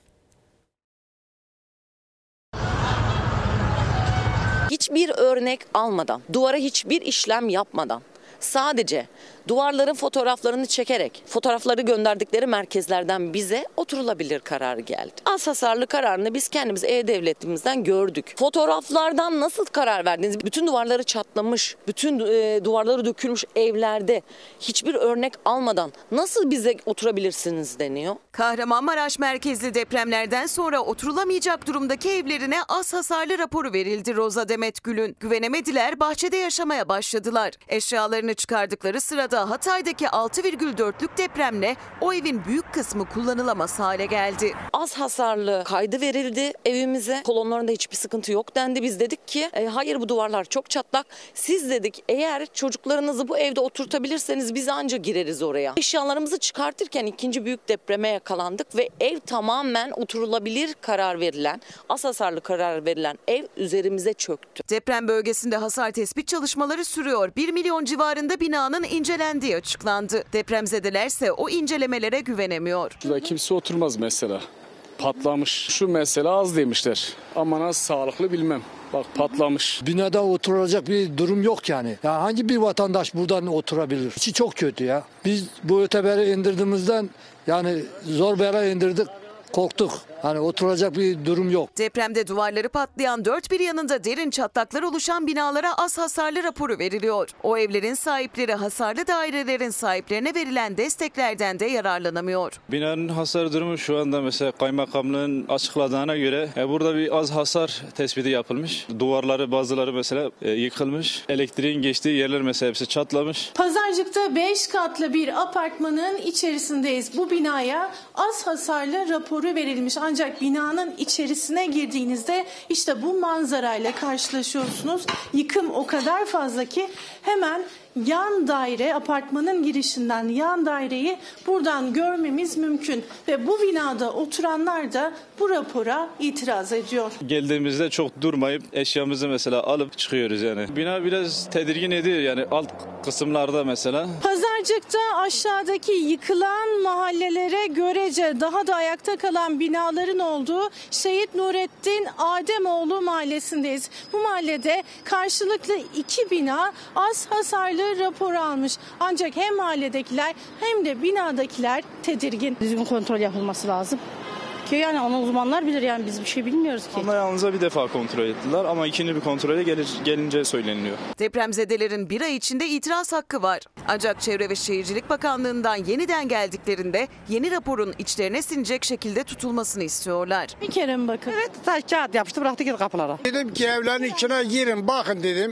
Hiçbir örnek almadan, duvara hiçbir işlem yapmadan, sadece duvarların fotoğraflarını çekerek fotoğrafları gönderdikleri merkezlerden bize oturulabilir kararı geldi. Az hasarlı kararını biz kendimiz E-Devletimizden gördük. Fotoğraflardan nasıl karar verdiniz? Bütün duvarları çatlamış, bütün e, duvarları dökülmüş evlerde hiçbir örnek almadan nasıl bize oturabilirsiniz deniyor. Kahramanmaraş merkezli depremlerden sonra oturulamayacak durumdaki evlerine az hasarlı raporu verildi Roza Demetgül'ün. Güvenemediler, bahçede yaşamaya başladılar. Eşyalarını çıkardıkları sırada Hatay'daki altı virgül dörtlük depremle o evin büyük kısmı kullanılamaz hale geldi. Az hasarlı kaydı verildi evimize. Kolonlarında hiçbir sıkıntı yok dendi. Biz dedik ki e, hayır bu duvarlar çok çatlak. Siz dedik eğer çocuklarınızı bu evde oturtabilirseniz biz anca gireriz oraya. Eşyalarımızı çıkartırken ikinci büyük depreme yakalandık ve ev tamamen oturulabilir karar verilen, az hasarlı karar verilen ev üzerimize çöktü. Deprem bölgesinde hasar tespit çalışmaları sürüyor. bir milyon civarında binanın incelendiği açıklandı. Depremzedelerse o incelemelere güvenemiyor. Şurada kimse oturmaz mesela. Patlamış. Şu mesela az demişler. Ama nasıl sağlıklı bilmem. Bak patlamış. Binada oturacak bir durum yok yani. Ya hangi bir vatandaş buradan oturabilir? İçi çok kötü ya. Biz bu öteberi indirdiğimizden yani zor bela indirdik. Korktuk. Hani oturacak bir durum yok. Depremde duvarları patlayan dört bir yanında derin çatlaklar oluşan binalara az hasarlı raporu veriliyor. O evlerin sahipleri hasarlı dairelerin sahiplerine verilen desteklerden de yararlanamıyor. Binanın hasar durumu şu anda mesela kaymakamlığın açıkladığına göre e, burada bir az hasar tespiti yapılmış. Duvarları bazıları mesela e, yıkılmış. Elektriğin geçtiği yerler mesela hepsi çatlamış. Pazarcık'ta beş katlı bir apartmanın içerisindeyiz. Bu binaya az hasarlı raporu verilmiş. Ancak binanın içerisine girdiğinizde işte bu manzarayla karşılaşıyorsunuz. Yıkım o kadar fazla ki hemen yan daire, apartmanın girişinden yan daireyi buradan görmemiz mümkün. Ve bu binada oturanlar da bu rapora itiraz ediyor. Geldiğimizde çok durmayıp eşyamızı mesela alıp çıkıyoruz yani. Bina biraz tedirgin ediyor yani alt kısımlarda mesela. Pazarcık'ta aşağıdaki yıkılan mahallelere görece daha da ayakta kalan binaların olduğu Şehit Nurettin Ademoğlu mahallesindeyiz. Bu mahallede karşılıklı iki bina az hasarlı rapor almış. Ancak hem mahalledekiler hem de binadakiler tedirgin. Düzgün kontrol yapılması lazım. Ki yani onu uzmanlar bilir yani biz bir şey bilmiyoruz ki. Ama yalnızca bir defa kontrol ettiler ama ikinci bir kontrole gelir, gelince söyleniliyor. Depremzedelerin bir ay içinde itiraz hakkı var. Ancak Çevre ve Şehircilik Bakanlığı'ndan yeniden geldiklerinde yeni raporun içlerine sinecek şekilde tutulmasını istiyorlar. Bir kere mi bakın? Evet, taş kağıt yapıştı bıraktı git kapılara. Dedim ki evlerin içine girin bakın dedim.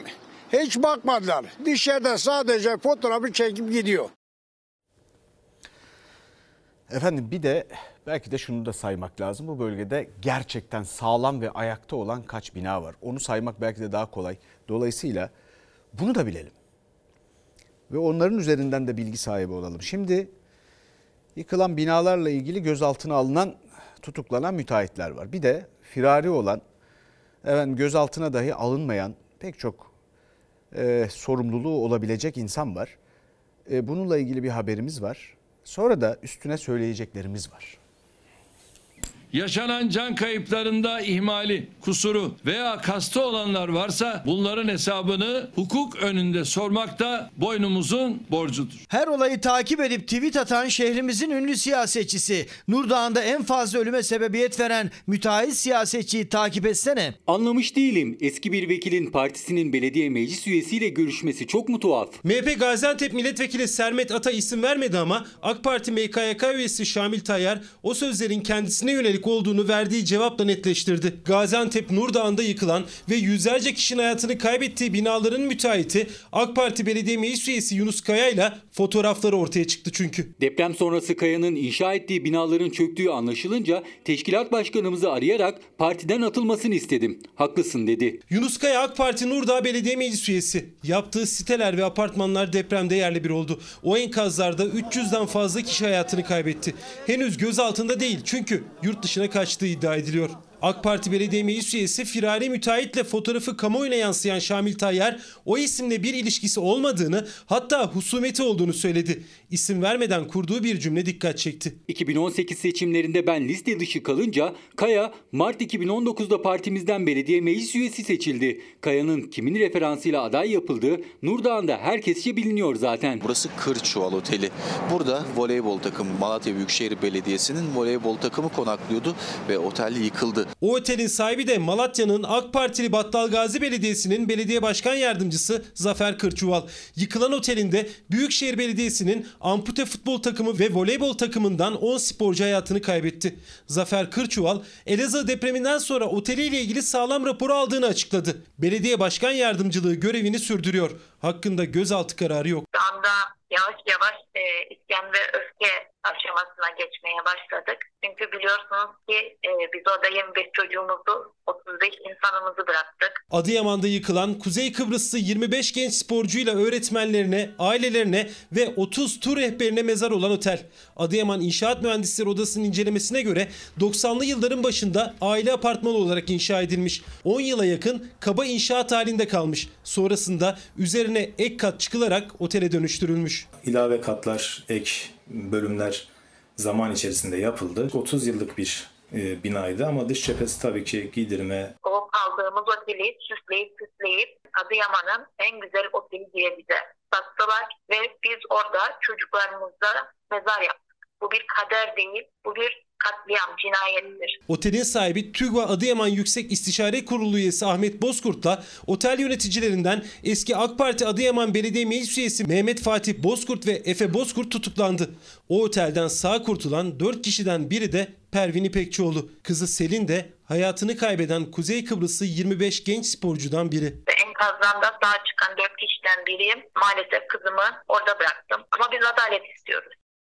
Hiç bakmadılar. Dışarıda sadece fotoğrafı çekip gidiyor. Efendim bir de belki de şunu da saymak lazım. Bu bölgede gerçekten sağlam ve ayakta olan kaç bina var? Onu saymak belki de daha kolay. Dolayısıyla bunu da bilelim. Ve onların üzerinden de bilgi sahibi olalım. Şimdi yıkılan binalarla ilgili gözaltına alınan, tutuklanan müteahhitler var. Bir de firari olan, efendim, gözaltına dahi alınmayan pek çok e, sorumluluğu olabilecek insan var. E, bununla ilgili bir haberimiz var. Sonra da üstüne söyleyeceklerimiz var. Yaşanan can kayıplarında ihmali, kusuru veya kastı olanlar varsa bunların hesabını hukuk önünde sormak da boynumuzun borcudur. Her olayı takip edip tweet atan şehrimizin ünlü siyasetçisi, Nurdağ'ında en fazla ölüme sebebiyet veren müteahhit siyasetçiyi takip etsene. Anlamış değilim. Eski bir vekilin partisinin belediye meclis üyesiyle görüşmesi çok mu tuhaf? M H P Gaziantep Milletvekili Sermet Ata isim vermedi ama AK Parti M K Y K üyesi Şamil Tayyar o sözlerin kendisine yönelik olduğunu verdiği cevapla netleştirdi. Gaziantep Nurdağ'ında yıkılan ve yüzlerce kişinin hayatını kaybettiği binaların müteahhiti AK Parti Belediye Meclis Üyesi Yunus Kaya ile fotoğrafları ortaya çıktı çünkü. Deprem sonrası Kaya'nın inşa ettiği binaların çöktüğü anlaşılınca teşkilat başkanımızı arayarak partiden atılmasını istedim. Haklısın dedi. Yunus Kaya AK Parti Nurdağ Belediye Meclis Üyesi. Yaptığı siteler ve apartmanlar depremde yerle bir oldu. O enkazlarda üç yüzden fazla kişi hayatını kaybetti. Henüz gözaltında değil çünkü yurt dışına kaçtığı iddia ediliyor. AK Parti Belediye Meclis Üyesi firari müteahhitle fotoğrafı kamuoyuna yansıyan Şamil Tayyar o isimle bir ilişkisi olmadığını, hatta husumeti olduğunu söyledi. İsim vermeden kurduğu bir cümle dikkat çekti. iki bin on sekiz seçimlerinde ben liste dışı kalınca Kaya Mart iki bin on dokuzda partimizden belediye meclis üyesi seçildi. Kaya'nın kimin referansıyla aday yapıldığı Nurdağ'ında herkesçe biliniyor zaten. Burası Kırçuval Oteli. Burada voleybol takımı, Malatya Büyükşehir Belediyesi'nin voleybol takımı konaklıyordu ve otel yıkıldı. O otelin sahibi de Malatya'nın AK Partili Battalgazi Belediyesi'nin belediye başkan yardımcısı Zafer Kırçuval. Yıkılan otelinde Büyükşehir Belediyesi'nin ampute futbol takımı ve voleybol takımından on sporcu hayatını kaybetti. Zafer Kırçuval, Elazığ depreminden sonra oteliyle ilgili sağlam raporu aldığını açıkladı. Belediye başkan yardımcılığı görevini sürdürüyor. Hakkında gözaltı kararı yok. Şu anda yavaş yavaş e, isyan ve öfke aşamasına geçmeye başladık. Çünkü biliyorsunuz ki e, biz orada yirmi beş çocuğumuzu, otuz beş insanımızı bıraktık. Adıyaman'da yıkılan Kuzey Kıbrıslı yirmi beş genç sporcuyla öğretmenlerine, ailelerine ve otuz tur rehberine mezar olan otel. Adıyaman İnşaat Mühendisleri Odası'nın incelemesine göre doksanlı yılların başında aile apartmanı olarak inşa edilmiş. on yıla yakın kaba inşaat halinde kalmış. Sonrasında üzerine ek kat çıkılarak otele dönüştürülmüş. İlave katlar, ek bölümler zaman içerisinde yapıldı. otuz yıllık bir e, binaydı ama dış cephesi tabii ki giydirme. O kaldığımız oteli süsleyip süsleyip Adıyaman'ın en güzel oteli diye bize sattılar ve biz orada çocuklarımızla mezar yaptık. Bu bir kader değil, bu bir katliam, cinayettir. Otelin sahibi TÜGVA Adıyaman Yüksek İstişare Kurulu üyesi Ahmet Bozkurt'la otel yöneticilerinden eski AK Parti Adıyaman Belediye Meclis Üyesi Mehmet Fatih Bozkurt ve Efe Bozkurt tutuklandı. O otelden sağ kurtulan dört kişiden biri de Pervin İpekçioğlu. Kızı Selin de hayatını kaybeden Kuzey Kıbrıslı yirmi beş genç sporcudan biri. Enkazdan da sağ çıkan dört kişiden biriyim. Maalesef kızımı orada bıraktım. Ama biz adalet istiyoruz.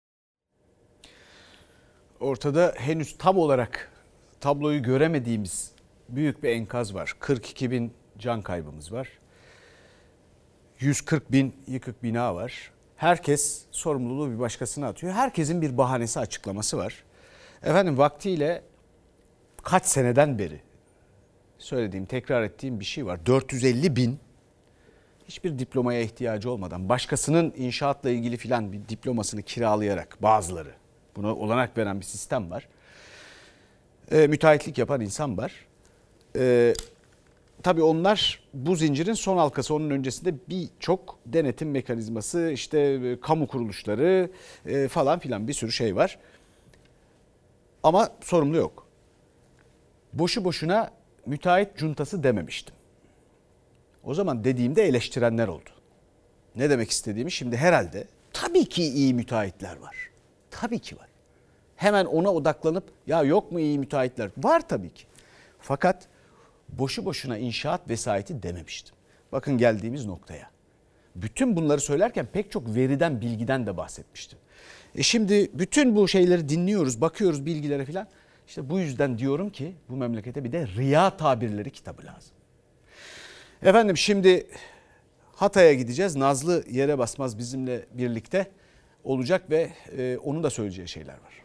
Ortada henüz tam olarak tabloyu göremediğimiz büyük bir enkaz var. kırk iki bin can kaybımız var. yüz kırk bin yıkık bina var. Herkes sorumluluğu bir başkasına atıyor. Herkesin bir bahanesi, açıklaması var. Efendim vaktiyle kaç seneden beri söylediğim, tekrar ettiğim bir şey var. dört yüz elli bin hiçbir diplomaya ihtiyacı olmadan, başkasının inşaatla ilgili filan bir diplomasını kiralayarak, bazıları, buna olanak veren bir sistem var. E, müteahhitlik yapan insan var. E, tabii onlar bu zincirin son halkası. Onun öncesinde birçok denetim mekanizması, işte e, kamu kuruluşları e, falan filan bir sürü şey var. Ama sorumlu yok. Boşu boşuna müteahhit cuntası dememiştim. O zaman dediğimde eleştirenler oldu. Ne demek istediğimi şimdi herhalde, tabii ki iyi müteahhitler var. Tabii ki var. Hemen ona odaklanıp ya yok mu iyi müteahhitler? Var tabii ki. Fakat boşu boşuna inşaat vesayeti dememiştim. Bakın geldiğimiz noktaya. Bütün bunları söylerken pek çok veriden, bilgiden de bahsetmiştim. E şimdi bütün bu şeyleri dinliyoruz, bakıyoruz bilgilere filan. İşte bu yüzden diyorum ki bu memlekete bir de riya tabirleri kitabı lazım. Efendim şimdi Hatay'a gideceğiz. Nazlı yere basmaz bizimle birlikte olacak ve e, onun da söyleyeceği şeyler var.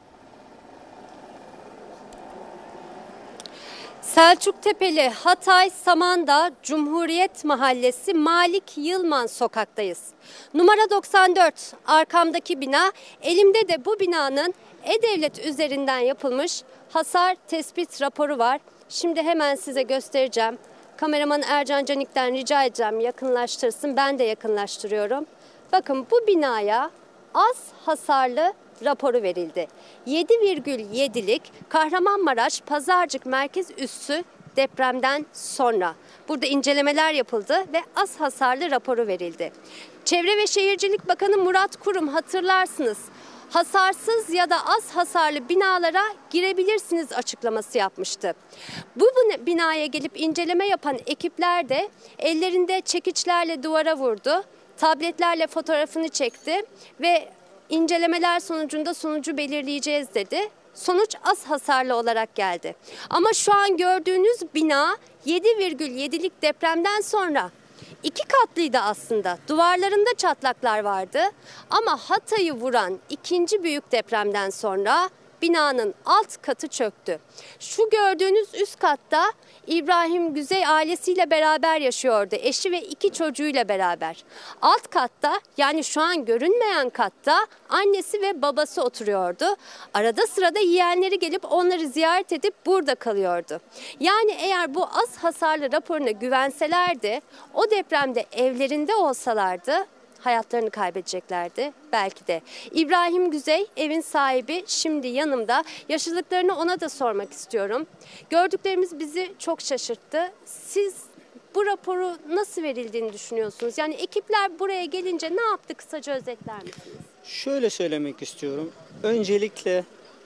Selçuktepe'li Hatay Samandağ Cumhuriyet Mahallesi Malik Yılman sokaktayız. Numara doksan dört arkamdaki bina, elimde de bu binanın E-Devlet üzerinden yapılmış hasar tespit raporu var. Şimdi hemen size göstereceğim. Kameraman Ercan Canik'ten rica edeceğim yakınlaştırsın, ben de yakınlaştırıyorum. Bakın bu binaya az hasarlı raporu verildi. yedi virgül yedilik Kahramanmaraş Pazarcık merkez üssü depremden sonra. Burada incelemeler yapıldı ve az hasarlı raporu verildi. Çevre ve Şehircilik Bakanı Murat Kurum, hatırlarsınız, hasarsız ya da az hasarlı binalara girebilirsiniz açıklaması yapmıştı. Bu binaya gelip inceleme yapan ekipler de ellerinde çekiçlerle duvara vurdu, tabletlerle fotoğrafını çekti ve İncelemeler sonucunda sonucu belirleyeceğiz dedi. Sonuç az hasarlı olarak geldi. Ama şu an gördüğünüz bina yedi virgül yedilik depremden sonra iki katlıydı aslında. Duvarlarında çatlaklar vardı. Ama Hatay'ı vuran ikinci büyük depremden sonra binanın alt katı çöktü. Şu gördüğünüz üst katta İbrahim Güzey ailesiyle beraber yaşıyordu. Eşi ve iki çocuğuyla beraber. Alt katta, yani şu an görünmeyen katta annesi ve babası oturuyordu. Arada sırada yeğenleri gelip onları ziyaret edip burada kalıyordu. Yani eğer bu az hasarlı raporuna güvenselerdi, o depremde evlerinde olsalardı hayatlarını kaybedeceklerdi belki de. İbrahim Güzey evin sahibi şimdi yanımda. Yaşadıklarını ona da sormak istiyorum. Gördüklerimiz bizi çok şaşırttı. Siz bu raporu nasıl verildiğini düşünüyorsunuz? Yani ekipler buraya gelince ne yaptı, kısaca özetler misiniz? Şöyle söylemek istiyorum. Öncelikle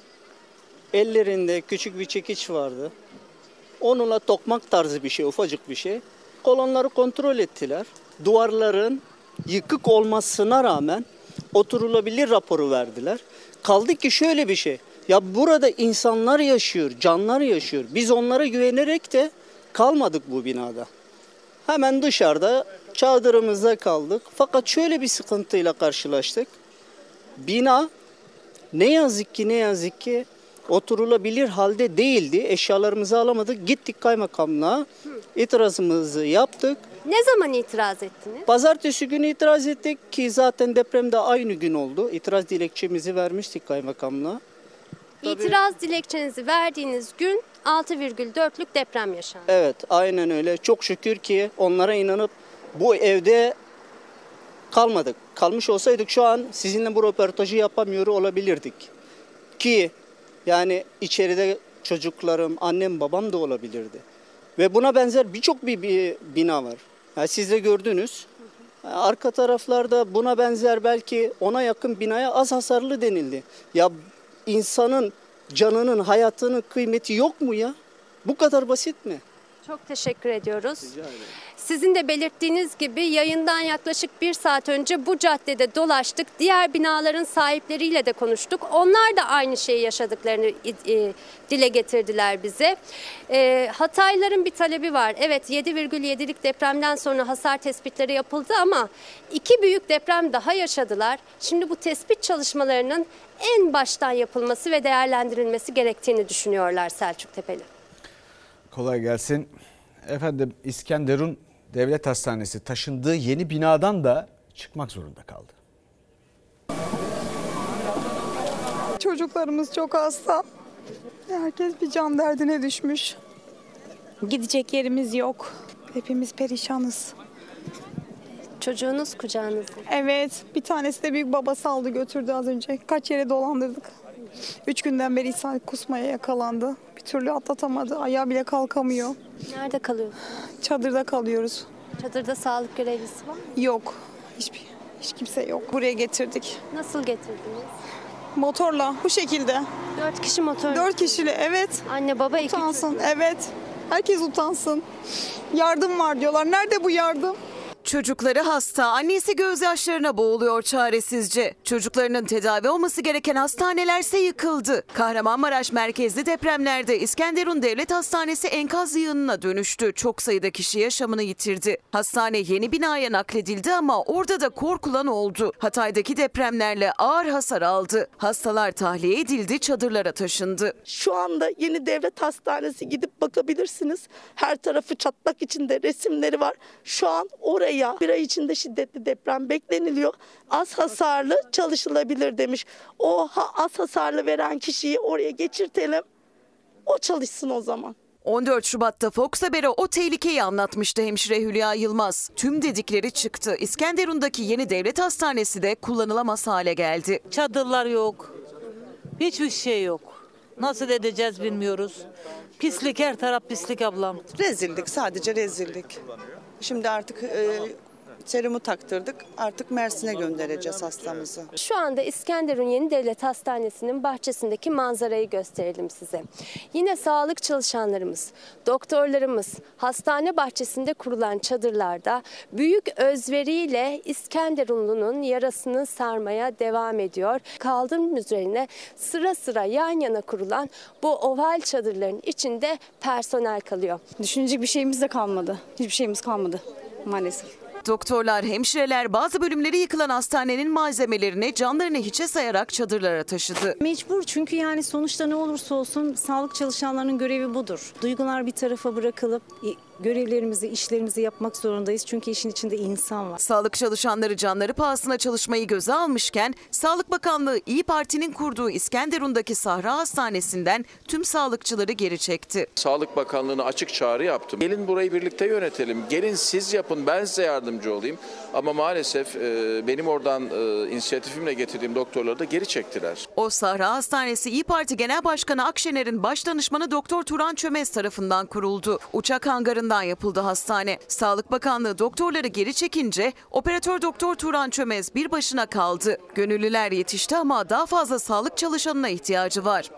ellerinde küçük bir çekiç vardı. Onunla tokmak tarzı bir şey, ufacık bir şey. Kolonları kontrol ettiler. Duvarların yıkık olmasına rağmen oturulabilir raporu verdiler. Kaldı ki şöyle bir şey. Ya burada insanlar yaşıyor, canlar yaşıyor. Biz onlara güvenerek de kalmadık bu binada. Hemen dışarıda çadırımızda kaldık. Fakat şöyle bir sıkıntıyla karşılaştık. Bina ne yazık ki ne yazık ki oturulabilir halde değildi. Eşyalarımızı alamadık. Gittik kaymakamlığa. İtirazımızı yaptık. Ne zaman itiraz ettiniz? Pazartesi günü itiraz ettik ki zaten depremde aynı gün oldu. İtiraz dilekçemizi vermiştik kaymakamlığa. İtiraz Tabii, dilekçenizi verdiğiniz gün altı virgül dörtlük deprem yaşandı. Evet, aynen öyle. Çok şükür ki onlara inanıp bu evde kalmadık. Kalmış olsaydık şu an sizinle bu röportajı yapamıyor olabilirdik. Ki yani içeride çocuklarım, annem, babam da olabilirdi. Ve buna benzer birçok bir, bir bina var. Yani siz de gördünüz. Arka taraflarda buna benzer belki ona yakın binaya az hasarlı denildi. Ya insanın canının, hayatının kıymeti yok mu ya? Bu kadar basit mi? Çok teşekkür ediyoruz. Sizin de belirttiğiniz gibi yayından yaklaşık bir saat önce bu caddede dolaştık. Diğer binaların sahipleriyle de konuştuk. Onlar da aynı şeyi yaşadıklarını e, dile getirdiler bize. E, Hataylıların bir talebi var. Evet, yedi virgül yedilik depremden sonra hasar tespitleri yapıldı ama iki büyük deprem daha yaşadılar. Şimdi bu tespit çalışmalarının en baştan yapılması ve değerlendirilmesi gerektiğini düşünüyorlar Selçuktepe'li. Kolay gelsin. Efendim, İskenderun Devlet Hastanesi taşındığı yeni binadan da çıkmak zorunda kaldı. Çocuklarımız çok hasta. Herkes bir can derdine düşmüş. Gidecek yerimiz yok. Hepimiz perişanız. Çocuğunuz kucağınızda. Evet, bir tanesi de büyük babası aldı götürdü az önce. Kaç yere dolandırdık. Üç günden beri ishal kusmaya yakalandı. Bir türlü atlatamadı. Ayağı bile kalkamıyor. Nerede kalıyorsunuz? Çadırda kalıyoruz. Çadırda sağlık görevlisi var mı? Yok. Hiçbir, hiç kimse yok. Buraya getirdik. Nasıl getirdiniz? Motorla bu şekilde. Dört kişi motor. Dört kişili, evet. Anne baba iki Utansın, çocuk. evet. Herkes utansın. Yardım var diyorlar. Nerede bu yardım? Çocukları hasta, annesi gözyaşlarına boğuluyor çaresizce. Çocuklarının tedavi olması gereken hastanelerse yıkıldı. Kahramanmaraş merkezli depremlerde İskenderun Devlet Hastanesi enkaz yığınına dönüştü. Çok sayıda kişi yaşamını yitirdi. Hastane yeni binaya nakledildi ama orada da korkulan oldu. Hatay'daki depremlerle ağır hasar aldı. Hastalar tahliye edildi, çadırlara taşındı. Şu anda yeni devlet hastanesi, gidip bakabilirsiniz. Her tarafı çatlak içinde, resimleri var. Şu an oraya bir ay içinde şiddetli deprem bekleniliyor. Az hasarlı çalışılabilir demiş. O ha, az hasarlı veren kişiyi oraya geçirtelim. O çalışsın o zaman. on dört Şubat'ta Fox Haber'e o tehlikeyi anlatmıştı hemşire Hülya Yılmaz. Tüm dedikleri çıktı. İskenderun'daki yeni devlet hastanesi de kullanılamaz hale geldi. Çadırlar yok. Hiçbir şey yok. Nasıl edeceğiz bilmiyoruz. Pislik, her taraf pislik ablam. Rezillik, sadece rezillik. Şimdi artık e, serumu taktırdık. Artık Mersin'e göndereceğiz hastamızı. Şu anda İskenderun Yeni Devlet Hastanesi'nin bahçesindeki manzarayı gösterelim size. Yine sağlık çalışanlarımız, doktorlarımız hastane bahçesinde kurulan çadırlarda büyük özveriyle İskenderunlu'nun yarasını sarmaya devam ediyor. Kaldırım üzerine sıra sıra yan yana kurulan bu oval çadırların içinde personel kalıyor. Düşünecek bir şeyimiz de kalmadı. Hiçbir şeyimiz kalmadı maalesef. Doktorlar, hemşireler bazı bölümleri yıkılan hastanenin malzemelerini canlarını hiçe sayarak çadırlara taşıdı. Mecbur, çünkü yani sonuçta ne olursa olsun sağlık çalışanlarının görevi budur. Duygular bir tarafa bırakılıp görevlerimizi, işlerimizi yapmak zorundayız. Çünkü işin içinde insan var. Sağlık çalışanları canları pahasına çalışmayı göze almışken Sağlık Bakanlığı İYİ Parti'nin kurduğu İskenderun'daki Sahra Hastanesi'nden tüm sağlıkçıları geri çekti. Sağlık Bakanlığı'na açık çağrı yaptım. Gelin burayı birlikte yönetelim. Gelin siz yapın, ben size yardımcı olayım. Ama maalesef e, benim oradan e, inisiyatifimle getirdiğim doktorları da geri çektiler. O Sahra Hastanesi İYİ Parti Genel Başkanı Akşener'in baş danışmanı Doktor Turan Çömez tarafından kuruldu. Uçak hangarından yapıldı hastane. Sağlık Bakanlığı doktorları geri çekince operatör Doktor Turan Çömez bir başına kaldı. Gönüllüler yetişti ama daha fazla sağlık çalışanına ihtiyacı var.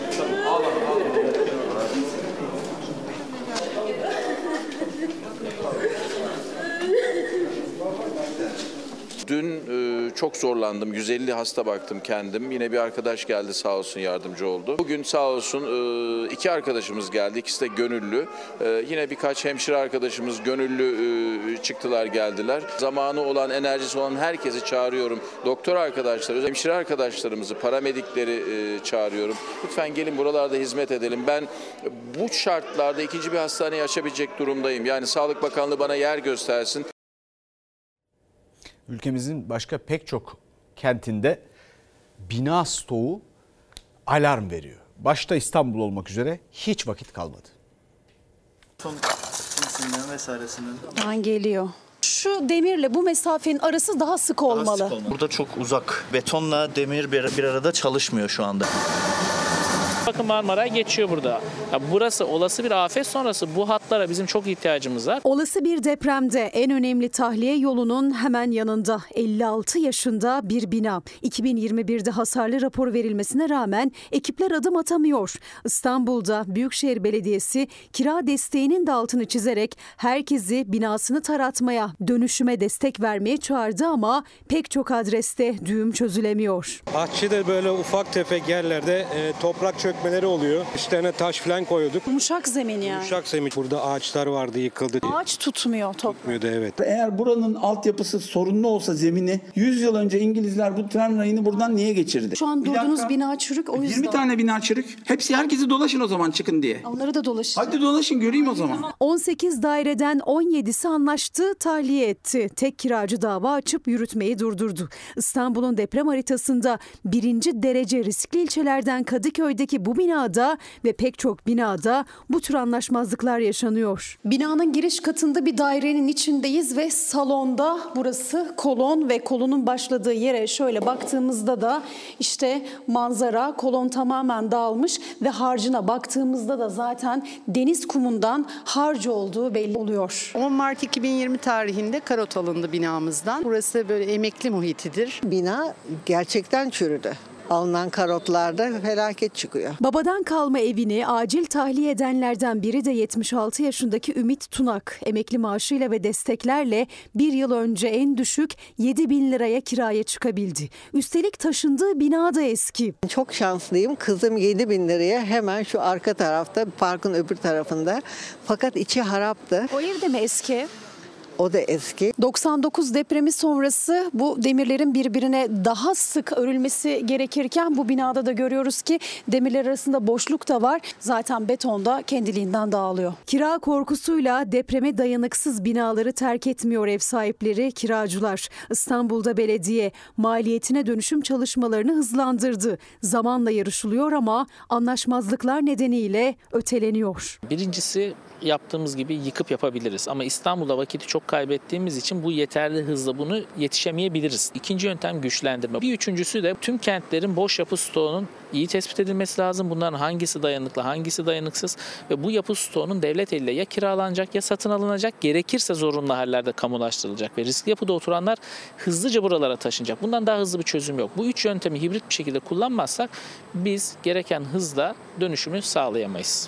Dün e, çok zorlandım. yüz elli hasta baktım kendim. Yine bir arkadaş geldi, sağ olsun, yardımcı oldu. Bugün sağ olsun e, iki arkadaşımız geldi. İkisi de gönüllü. E, yine birkaç hemşire arkadaşımız gönüllü e, çıktılar, geldiler. Zamanı olan, enerjisi olan herkesi çağırıyorum. Doktor arkadaşları, hemşire arkadaşlarımızı, paramedikleri e, çağırıyorum. Lütfen gelin buralarda hizmet edelim. Ben bu şartlarda ikinci bir hastaneyi açabilecek durumdayım. Yani Sağlık Bakanlığı bana yer göstersin. Ülkemizin başka pek çok kentinde bina stoğu alarm veriyor. Başta İstanbul olmak üzere hiç vakit kalmadı. Son cinsinden vesairesinden. An geliyor. Şu demirle bu mesafenin arası daha sık olmalı. Daha sık olmalı. Burada çok uzak. Betonla demir bir, bir arada çalışmıyor şu anda. Bakın Marmara geçiyor burada. Ya burası olası bir afet sonrası bu hatlara bizim çok ihtiyacımız var. Olası bir depremde en önemli tahliye yolunun hemen yanında elli altı yaşında bir bina. iki bin yirmi birde hasarlı rapor verilmesine rağmen ekipler adım atamıyor. İstanbul'da Büyükşehir Belediyesi kira desteğinin de altını çizerek herkesi binasını taratmaya, dönüşüme destek vermeye çağırdı ama pek çok adreste düğüm çözülemiyor. Bahçede böyle ufak tefek yerlerde e, toprak çökmeleri oluyor. Üstlerine taş falan koyuyorduk. Yumuşak zemin yani. Yumuşak zemin. Burada ağaçlar vardı, yıkıldı. Ağaç tutmuyor top. Tutmuyordu, evet. Eğer buranın altyapısı sorunlu olsa zemini, yüz yıl önce İngilizler bu tren rayını buradan niye geçirdi? Şu an durduğunuz bina çürük, o yüzden. yirmi tane bina çürük. Hepsi, herkesi dolaşın o zaman, çıkın diye. Onları da dolaşın. Hadi dolaşın, göreyim o zaman. on sekiz daireden on yedisi anlaştı, tahliye etti. Tek kiracı dava açıp yürütmeyi durdurdu. İstanbul'un deprem haritasında birinci derece riskli ilçelerden Kadıköy'deki bu binada ve pek çok binada bu tür anlaşmazlıklar yaşanıyor. Binanın giriş katında bir dairenin içindeyiz ve salonda, burası kolon ve kolonun başladığı yere şöyle baktığımızda da işte manzara, kolon tamamen dağılmış ve harcına baktığımızda da zaten deniz kumundan harcı olduğu belli oluyor. on Mart iki bin yirmi tarihinde karot alındı binamızdan. Burası böyle emekli muhitidir. Bina gerçekten çürüdü. alınan karotlarda felaket çıkıyor. Babadan kalma evini acil tahliye edenlerden biri de yetmiş altı yaşındaki Ümit Tunak. Emekli maaşıyla ve desteklerle bir yıl önce en düşük yedi bin liraya kiraya çıkabildi. Üstelik taşındığı bina da eski. Çok şanslıyım. Kızım yedi bin liraya hemen şu arka tarafta, parkın öbür tarafında. Fakat içi haraptı. O ev de mi eski? O da eski. doksan dokuz depremi sonrası bu demirlerin birbirine daha sık örülmesi gerekirken bu binada da görüyoruz ki demirler arasında boşluk da var. Zaten beton da kendiliğinden dağılıyor. Kira korkusuyla depreme dayanıksız binaları terk etmiyor ev sahipleri, kiracılar. İstanbul'da belediye maliyetine dönüşüm çalışmalarını hızlandırdı. Zamanla yarışılıyor ama anlaşmazlıklar nedeniyle öteleniyor. Birincisi yaptığımız gibi yıkıp yapabiliriz. Ama İstanbul'da vakiti çok kaybettiğimiz için bu yeterli hızla bunu yetişemeyebiliriz. İkinci yöntem güçlendirme. Bir üçüncüsü de tüm kentlerin boş yapı stoğunun iyi tespit edilmesi lazım. Bunların hangisi dayanıklı, hangisi dayanıksız ve bu yapı stoğunun devlet eliyle ya kiralanacak ya satın alınacak. Gerekirse zorunlu hallerde kamulaştırılacak ve riskli yapıda oturanlar hızlıca buralara taşınacak. Bundan daha hızlı bir çözüm yok. Bu üç yöntemi hibrit bir şekilde kullanmazsak biz gereken hızla dönüşümü sağlayamayız.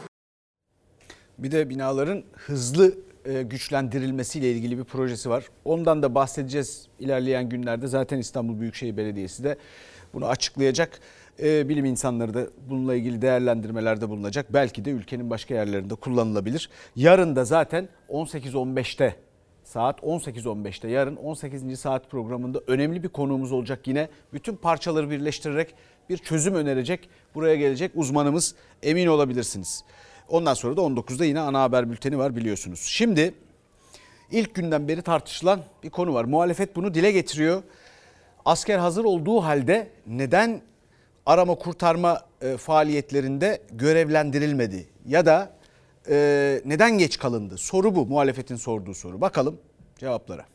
Bir de binaların hızlı güçlendirilmesiyle ilgili bir projesi var. Ondan da bahsedeceğiz ilerleyen günlerde. Zaten İstanbul Büyükşehir Belediyesi de bunu açıklayacak. Bilim insanları da bununla ilgili değerlendirmelerde bulunacak. Belki de ülkenin başka yerlerinde kullanılabilir. Yarın da zaten on sekiz on beşte saat on sekiz on beşte yarın on sekizinci saat programında önemli bir konuğumuz olacak yine. Bütün parçaları birleştirerek bir çözüm önerecek. Buraya gelecek uzmanımız, emin olabilirsiniz. Ondan sonra da on dokuzda yine ana haber bülteni var biliyorsunuz. Şimdi ilk günden beri tartışılan bir konu var. Muhalefet bunu dile getiriyor. Asker hazır olduğu halde neden arama kurtarma e, faaliyetlerinde görevlendirilmedi? Ya da e, neden geç kalındı? Soru bu, muhalefetin sorduğu soru. Bakalım cevaplara.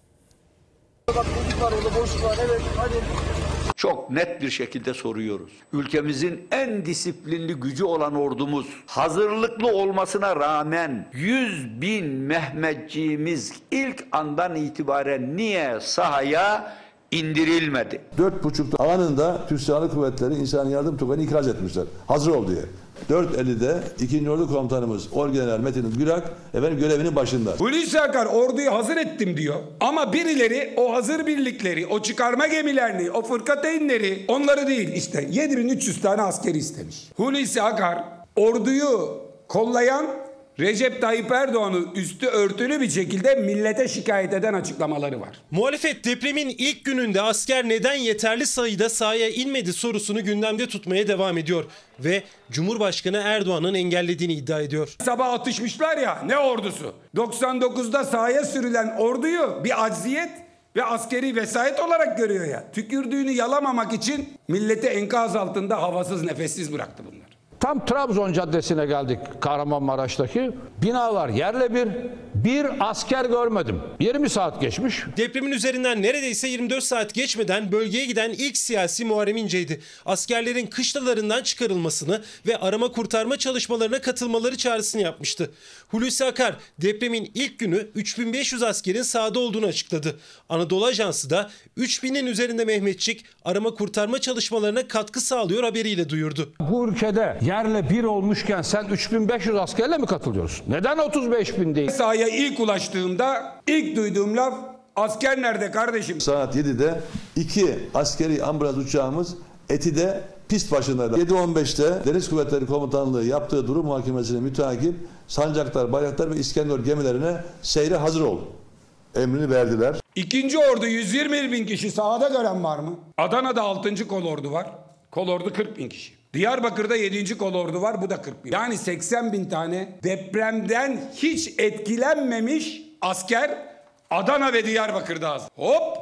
Çok net bir şekilde soruyoruz. Ülkemizin en disiplinli gücü olan ordumuz hazırlıklı olmasına rağmen yüz bin Mehmetçiğimiz ilk andan itibaren niye sahaya indirilmedi? Dört buçuk anında Türk Silahlı Kuvvetleri İnsan Yardım Tugayı'nı ikraz etmişler. Hazır ol diye. dört elli'de ikinci Ordu Komutanımız Orgeneral Metin Gürak efendim görevinin başında. Hulusi Akar orduyu hazır ettim diyor. Ama birileri o hazır birlikleri, o çıkarma gemilerini, o fırkateynleri onları değil işte yedi bin üç yüz tane askeri istemiş. Hulusi Akar orduyu kollayan Recep Tayyip Erdoğan'ı üstü örtülü bir şekilde millete şikayet eden açıklamaları var. Muhalefet depremin ilk gününde asker neden yeterli sayıda sahaya inmedi sorusunu gündemde tutmaya devam ediyor. Ve Cumhurbaşkanı Erdoğan'ın engellediğini iddia ediyor. Sabah atışmışlar ya, ne ordusu? doksan dokuzda sahaya sürülen orduyu bir acziyet ve askeri vesayet olarak görüyor ya. Tükürdüğünü yalamamak için milleti enkaz altında havasız nefessiz bıraktı bunlar. Tam Trabzon Caddesi'ne geldik, Kahramanmaraş'taki. Binalar yerle bir, bir asker görmedim. yirmi saat geçmiş. Depremin üzerinden neredeyse yirmi dört saat geçmeden bölgeye giden ilk siyasi Muharrem İnce'ydi. Askerlerin kışlalarından çıkarılmasını ve arama kurtarma çalışmalarına katılmaları çağrısını yapmıştı. Hulusi Akar depremin ilk günü üç bin beş yüz askerin sahada olduğunu açıkladı. Anadolu Ajansı da üç binin üzerinde Mehmetçik arama kurtarma çalışmalarına katkı sağlıyor haberiyle duyurdu. Bu ülkede yerle bir olmuşken sen üç bin beş yüz askerle mi katılıyorsun? Neden otuz beş bin değil? Sahaya ilk ulaştığımda ilk duyduğum laf asker nerede kardeşim? Saat yedide iki askeri ambulans uçağımız Eti'de pist başındaydı. yedi on beşte Deniz Kuvvetleri Komutanlığı yaptığı durum muhakemesine müteakip Sancaktar, Bayraktar ve İskenderun gemilerine seyre hazır ol emrini verdiler. İkinci ordu yüz yirmi bin kişi sahada gören var mı? Adana'da altıncı kolordu var. Kolordu kırk bin kişi. Diyarbakır'da yedinci kolordu var, bu da kırk bin. Yani seksen bin tane depremden hiç etkilenmemiş asker Adana ve Diyarbakır'da az. Hop!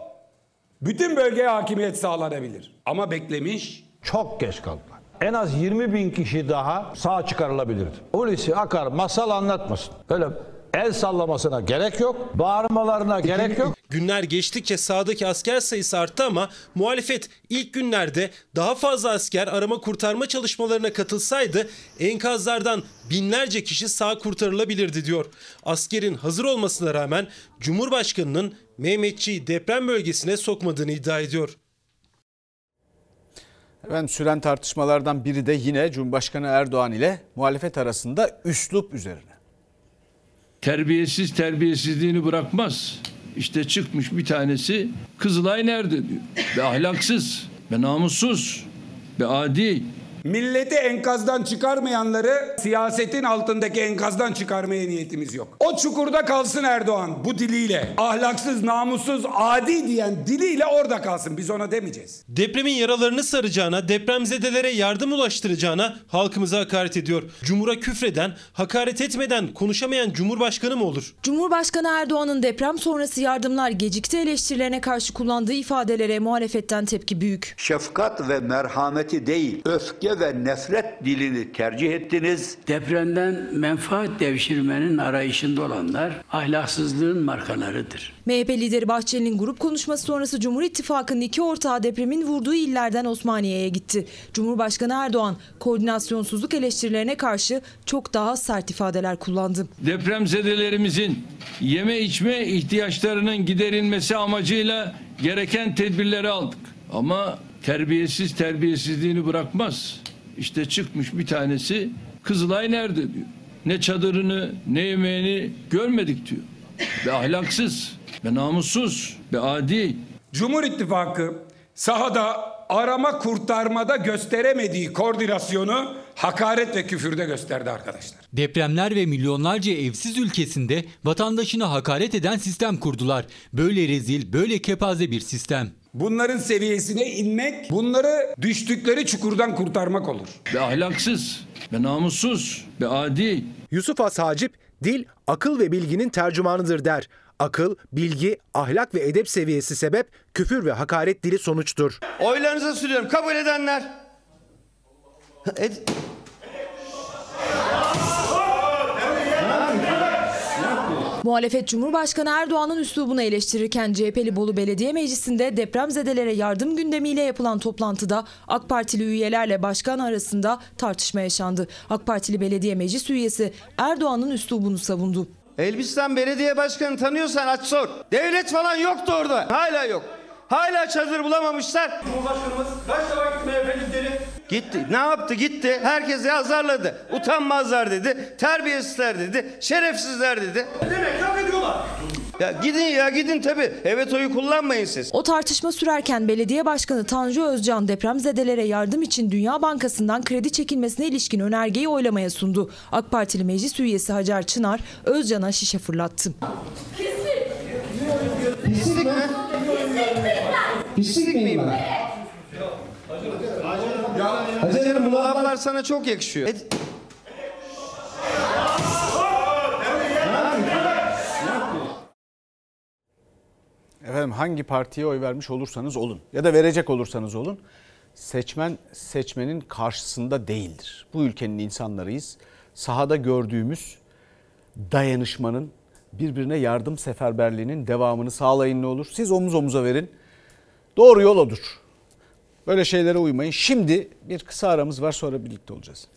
Bütün bölgeye hakimiyet sağlanabilir. Ama beklemiş. Çok geç kaldılar. En az yirmi bin kişi daha sağ çıkarılabilirdi. Hulusi Akar masal anlatmasın. Öyle el sallamasına gerek yok, bağırmalarına gerek yok. Günler geçtikçe sahadaki asker sayısı arttı ama muhalefet ilk günlerde daha fazla asker arama kurtarma çalışmalarına katılsaydı enkazlardan binlerce kişi sağ kurtarılabilirdi diyor. Askerin hazır olmasına rağmen Cumhurbaşkanı'nın Mehmetçiği deprem bölgesine sokmadığını iddia ediyor. Efendim, süren tartışmalardan biri de yine Cumhurbaşkanı Erdoğan ile muhalefet arasında üslup üzerine. Terbiyesiz terbiyesizliğini bırakmaz. İşte çıkmış bir tanesi Kızılay nerede diyor. Ve ahlaksız, ve namussuz, ve adi. Milleti enkazdan çıkarmayanları siyasetin altındaki enkazdan çıkarmaya niyetimiz yok. O çukurda kalsın Erdoğan bu diliyle. Ahlaksız, namussuz, adi diyen diliyle orada kalsın. Biz ona demeyeceğiz. Depremin yaralarını saracağına, depremzedelere yardım ulaştıracağına halkımıza hakaret ediyor. Cumhur'a küfreden, hakaret etmeden konuşamayan Cumhurbaşkanı mı olur? Cumhurbaşkanı Erdoğan'ın deprem sonrası yardımlar gecikti eleştirilerine karşı kullandığı ifadelere muhalefetten tepki büyük. Şefkat ve merhameti değil, öfke ve nefret dilini tercih ettiniz. Depremden menfaat devşirmenin arayışında olanlar ahlaksızlığın markalarıdır. M H P lideri Bahçeli'nin grup konuşması sonrası Cumhur İttifakı'nın iki ortağı depremin vurduğu illerden Osmaniye'ye gitti. Cumhurbaşkanı Erdoğan koordinasyonsuzluk eleştirilerine karşı çok daha sert ifadeler kullandı. Depremzedelerimizin yeme içme ihtiyaçlarının giderilmesi amacıyla gereken tedbirleri aldık. Ama terbiyesiz terbiyesizliğini bırakmaz. İşte çıkmış bir tanesi Kızılay nerede diyor. Ne çadırını ne yemeğini görmedik diyor. Ve ahlaksız, ve namussuz, ve adi. Cumhur İttifakı sahada arama kurtarmada gösteremediği koordinasyonu hakaret ve küfürde gösterdi arkadaşlar. Depremler ve milyonlarca evsiz ülkesinde vatandaşına hakaret eden sistem kurdular. Böyle rezil, böyle kepaze bir sistem. Bunların seviyesine inmek, bunları düştükleri çukurdan kurtarmak olur. Ve ahlaksız, ve namussuz, ve adi. Yusuf Has Hacip, dil akıl ve bilginin tercümanıdır der. Akıl, bilgi, ahlak ve edep seviyesi sebep, küfür ve hakaret dili sonuçtur. Oylarınıza sunuyorum. Kabul edenler. Ed Muhalefet Cumhurbaşkanı Erdoğan'ın üslubunu eleştirirken C H P'li Bolu Belediye Meclisi'nde depremzedelere yardım gündemiyle yapılan toplantıda AK Partili üyelerle başkan arasında tartışma yaşandı. AK Partili belediye meclis üyesi Erdoğan'ın üslubunu savundu. Elbistan Belediye Başkanı tanıyorsan aç sor. Devlet falan yoktu orada. Hala yok. Hala çadır bulamamışlar. Cumhurbaşkanımız kaç defa gitti M H P lideri? Gitti. Ne yaptı? Gitti. Herkesi azarladı. Utanmazlar dedi. Terbiyesizler dedi. Şerefsizler dedi. Ne demek? Yok ediyorlar. Ya gidin ya gidin tabii. Evet oyu kullanmayın siz. O tartışma sürerken belediye başkanı Tanju Özcan depremzedelere yardım için Dünya Bankası'ndan kredi çekilmesine ilişkin önergeyi oylamaya sundu. AK Partili meclis üyesi Hacer Çınar Özcan'a şişe fırlattı. Pislik mi? Pislik miyim ben? Hacer Hanım bu laflar sana çok yakışıyor. Efendim, hangi partiye oy vermiş olursanız olun ya da verecek olursanız olun, seçmen seçmenin karşısında değildir. Bu ülkenin insanlarıyız. Sahada gördüğümüz dayanışmanın, birbirine yardım seferberliğinin devamını sağlayın ne olur. Siz omuz omuza verin. Doğru yol odur. Böyle şeylere uymayın. Şimdi bir kısa aramız var, sonra birlikte olacağız.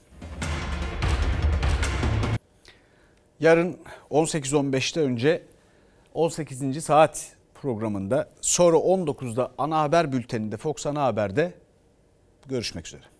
Yarın on sekiz on beşte önce on sekizinci saat programında, sonra on dokuzda ana haber bülteninde, Fox Ana Haber'de görüşmek üzere.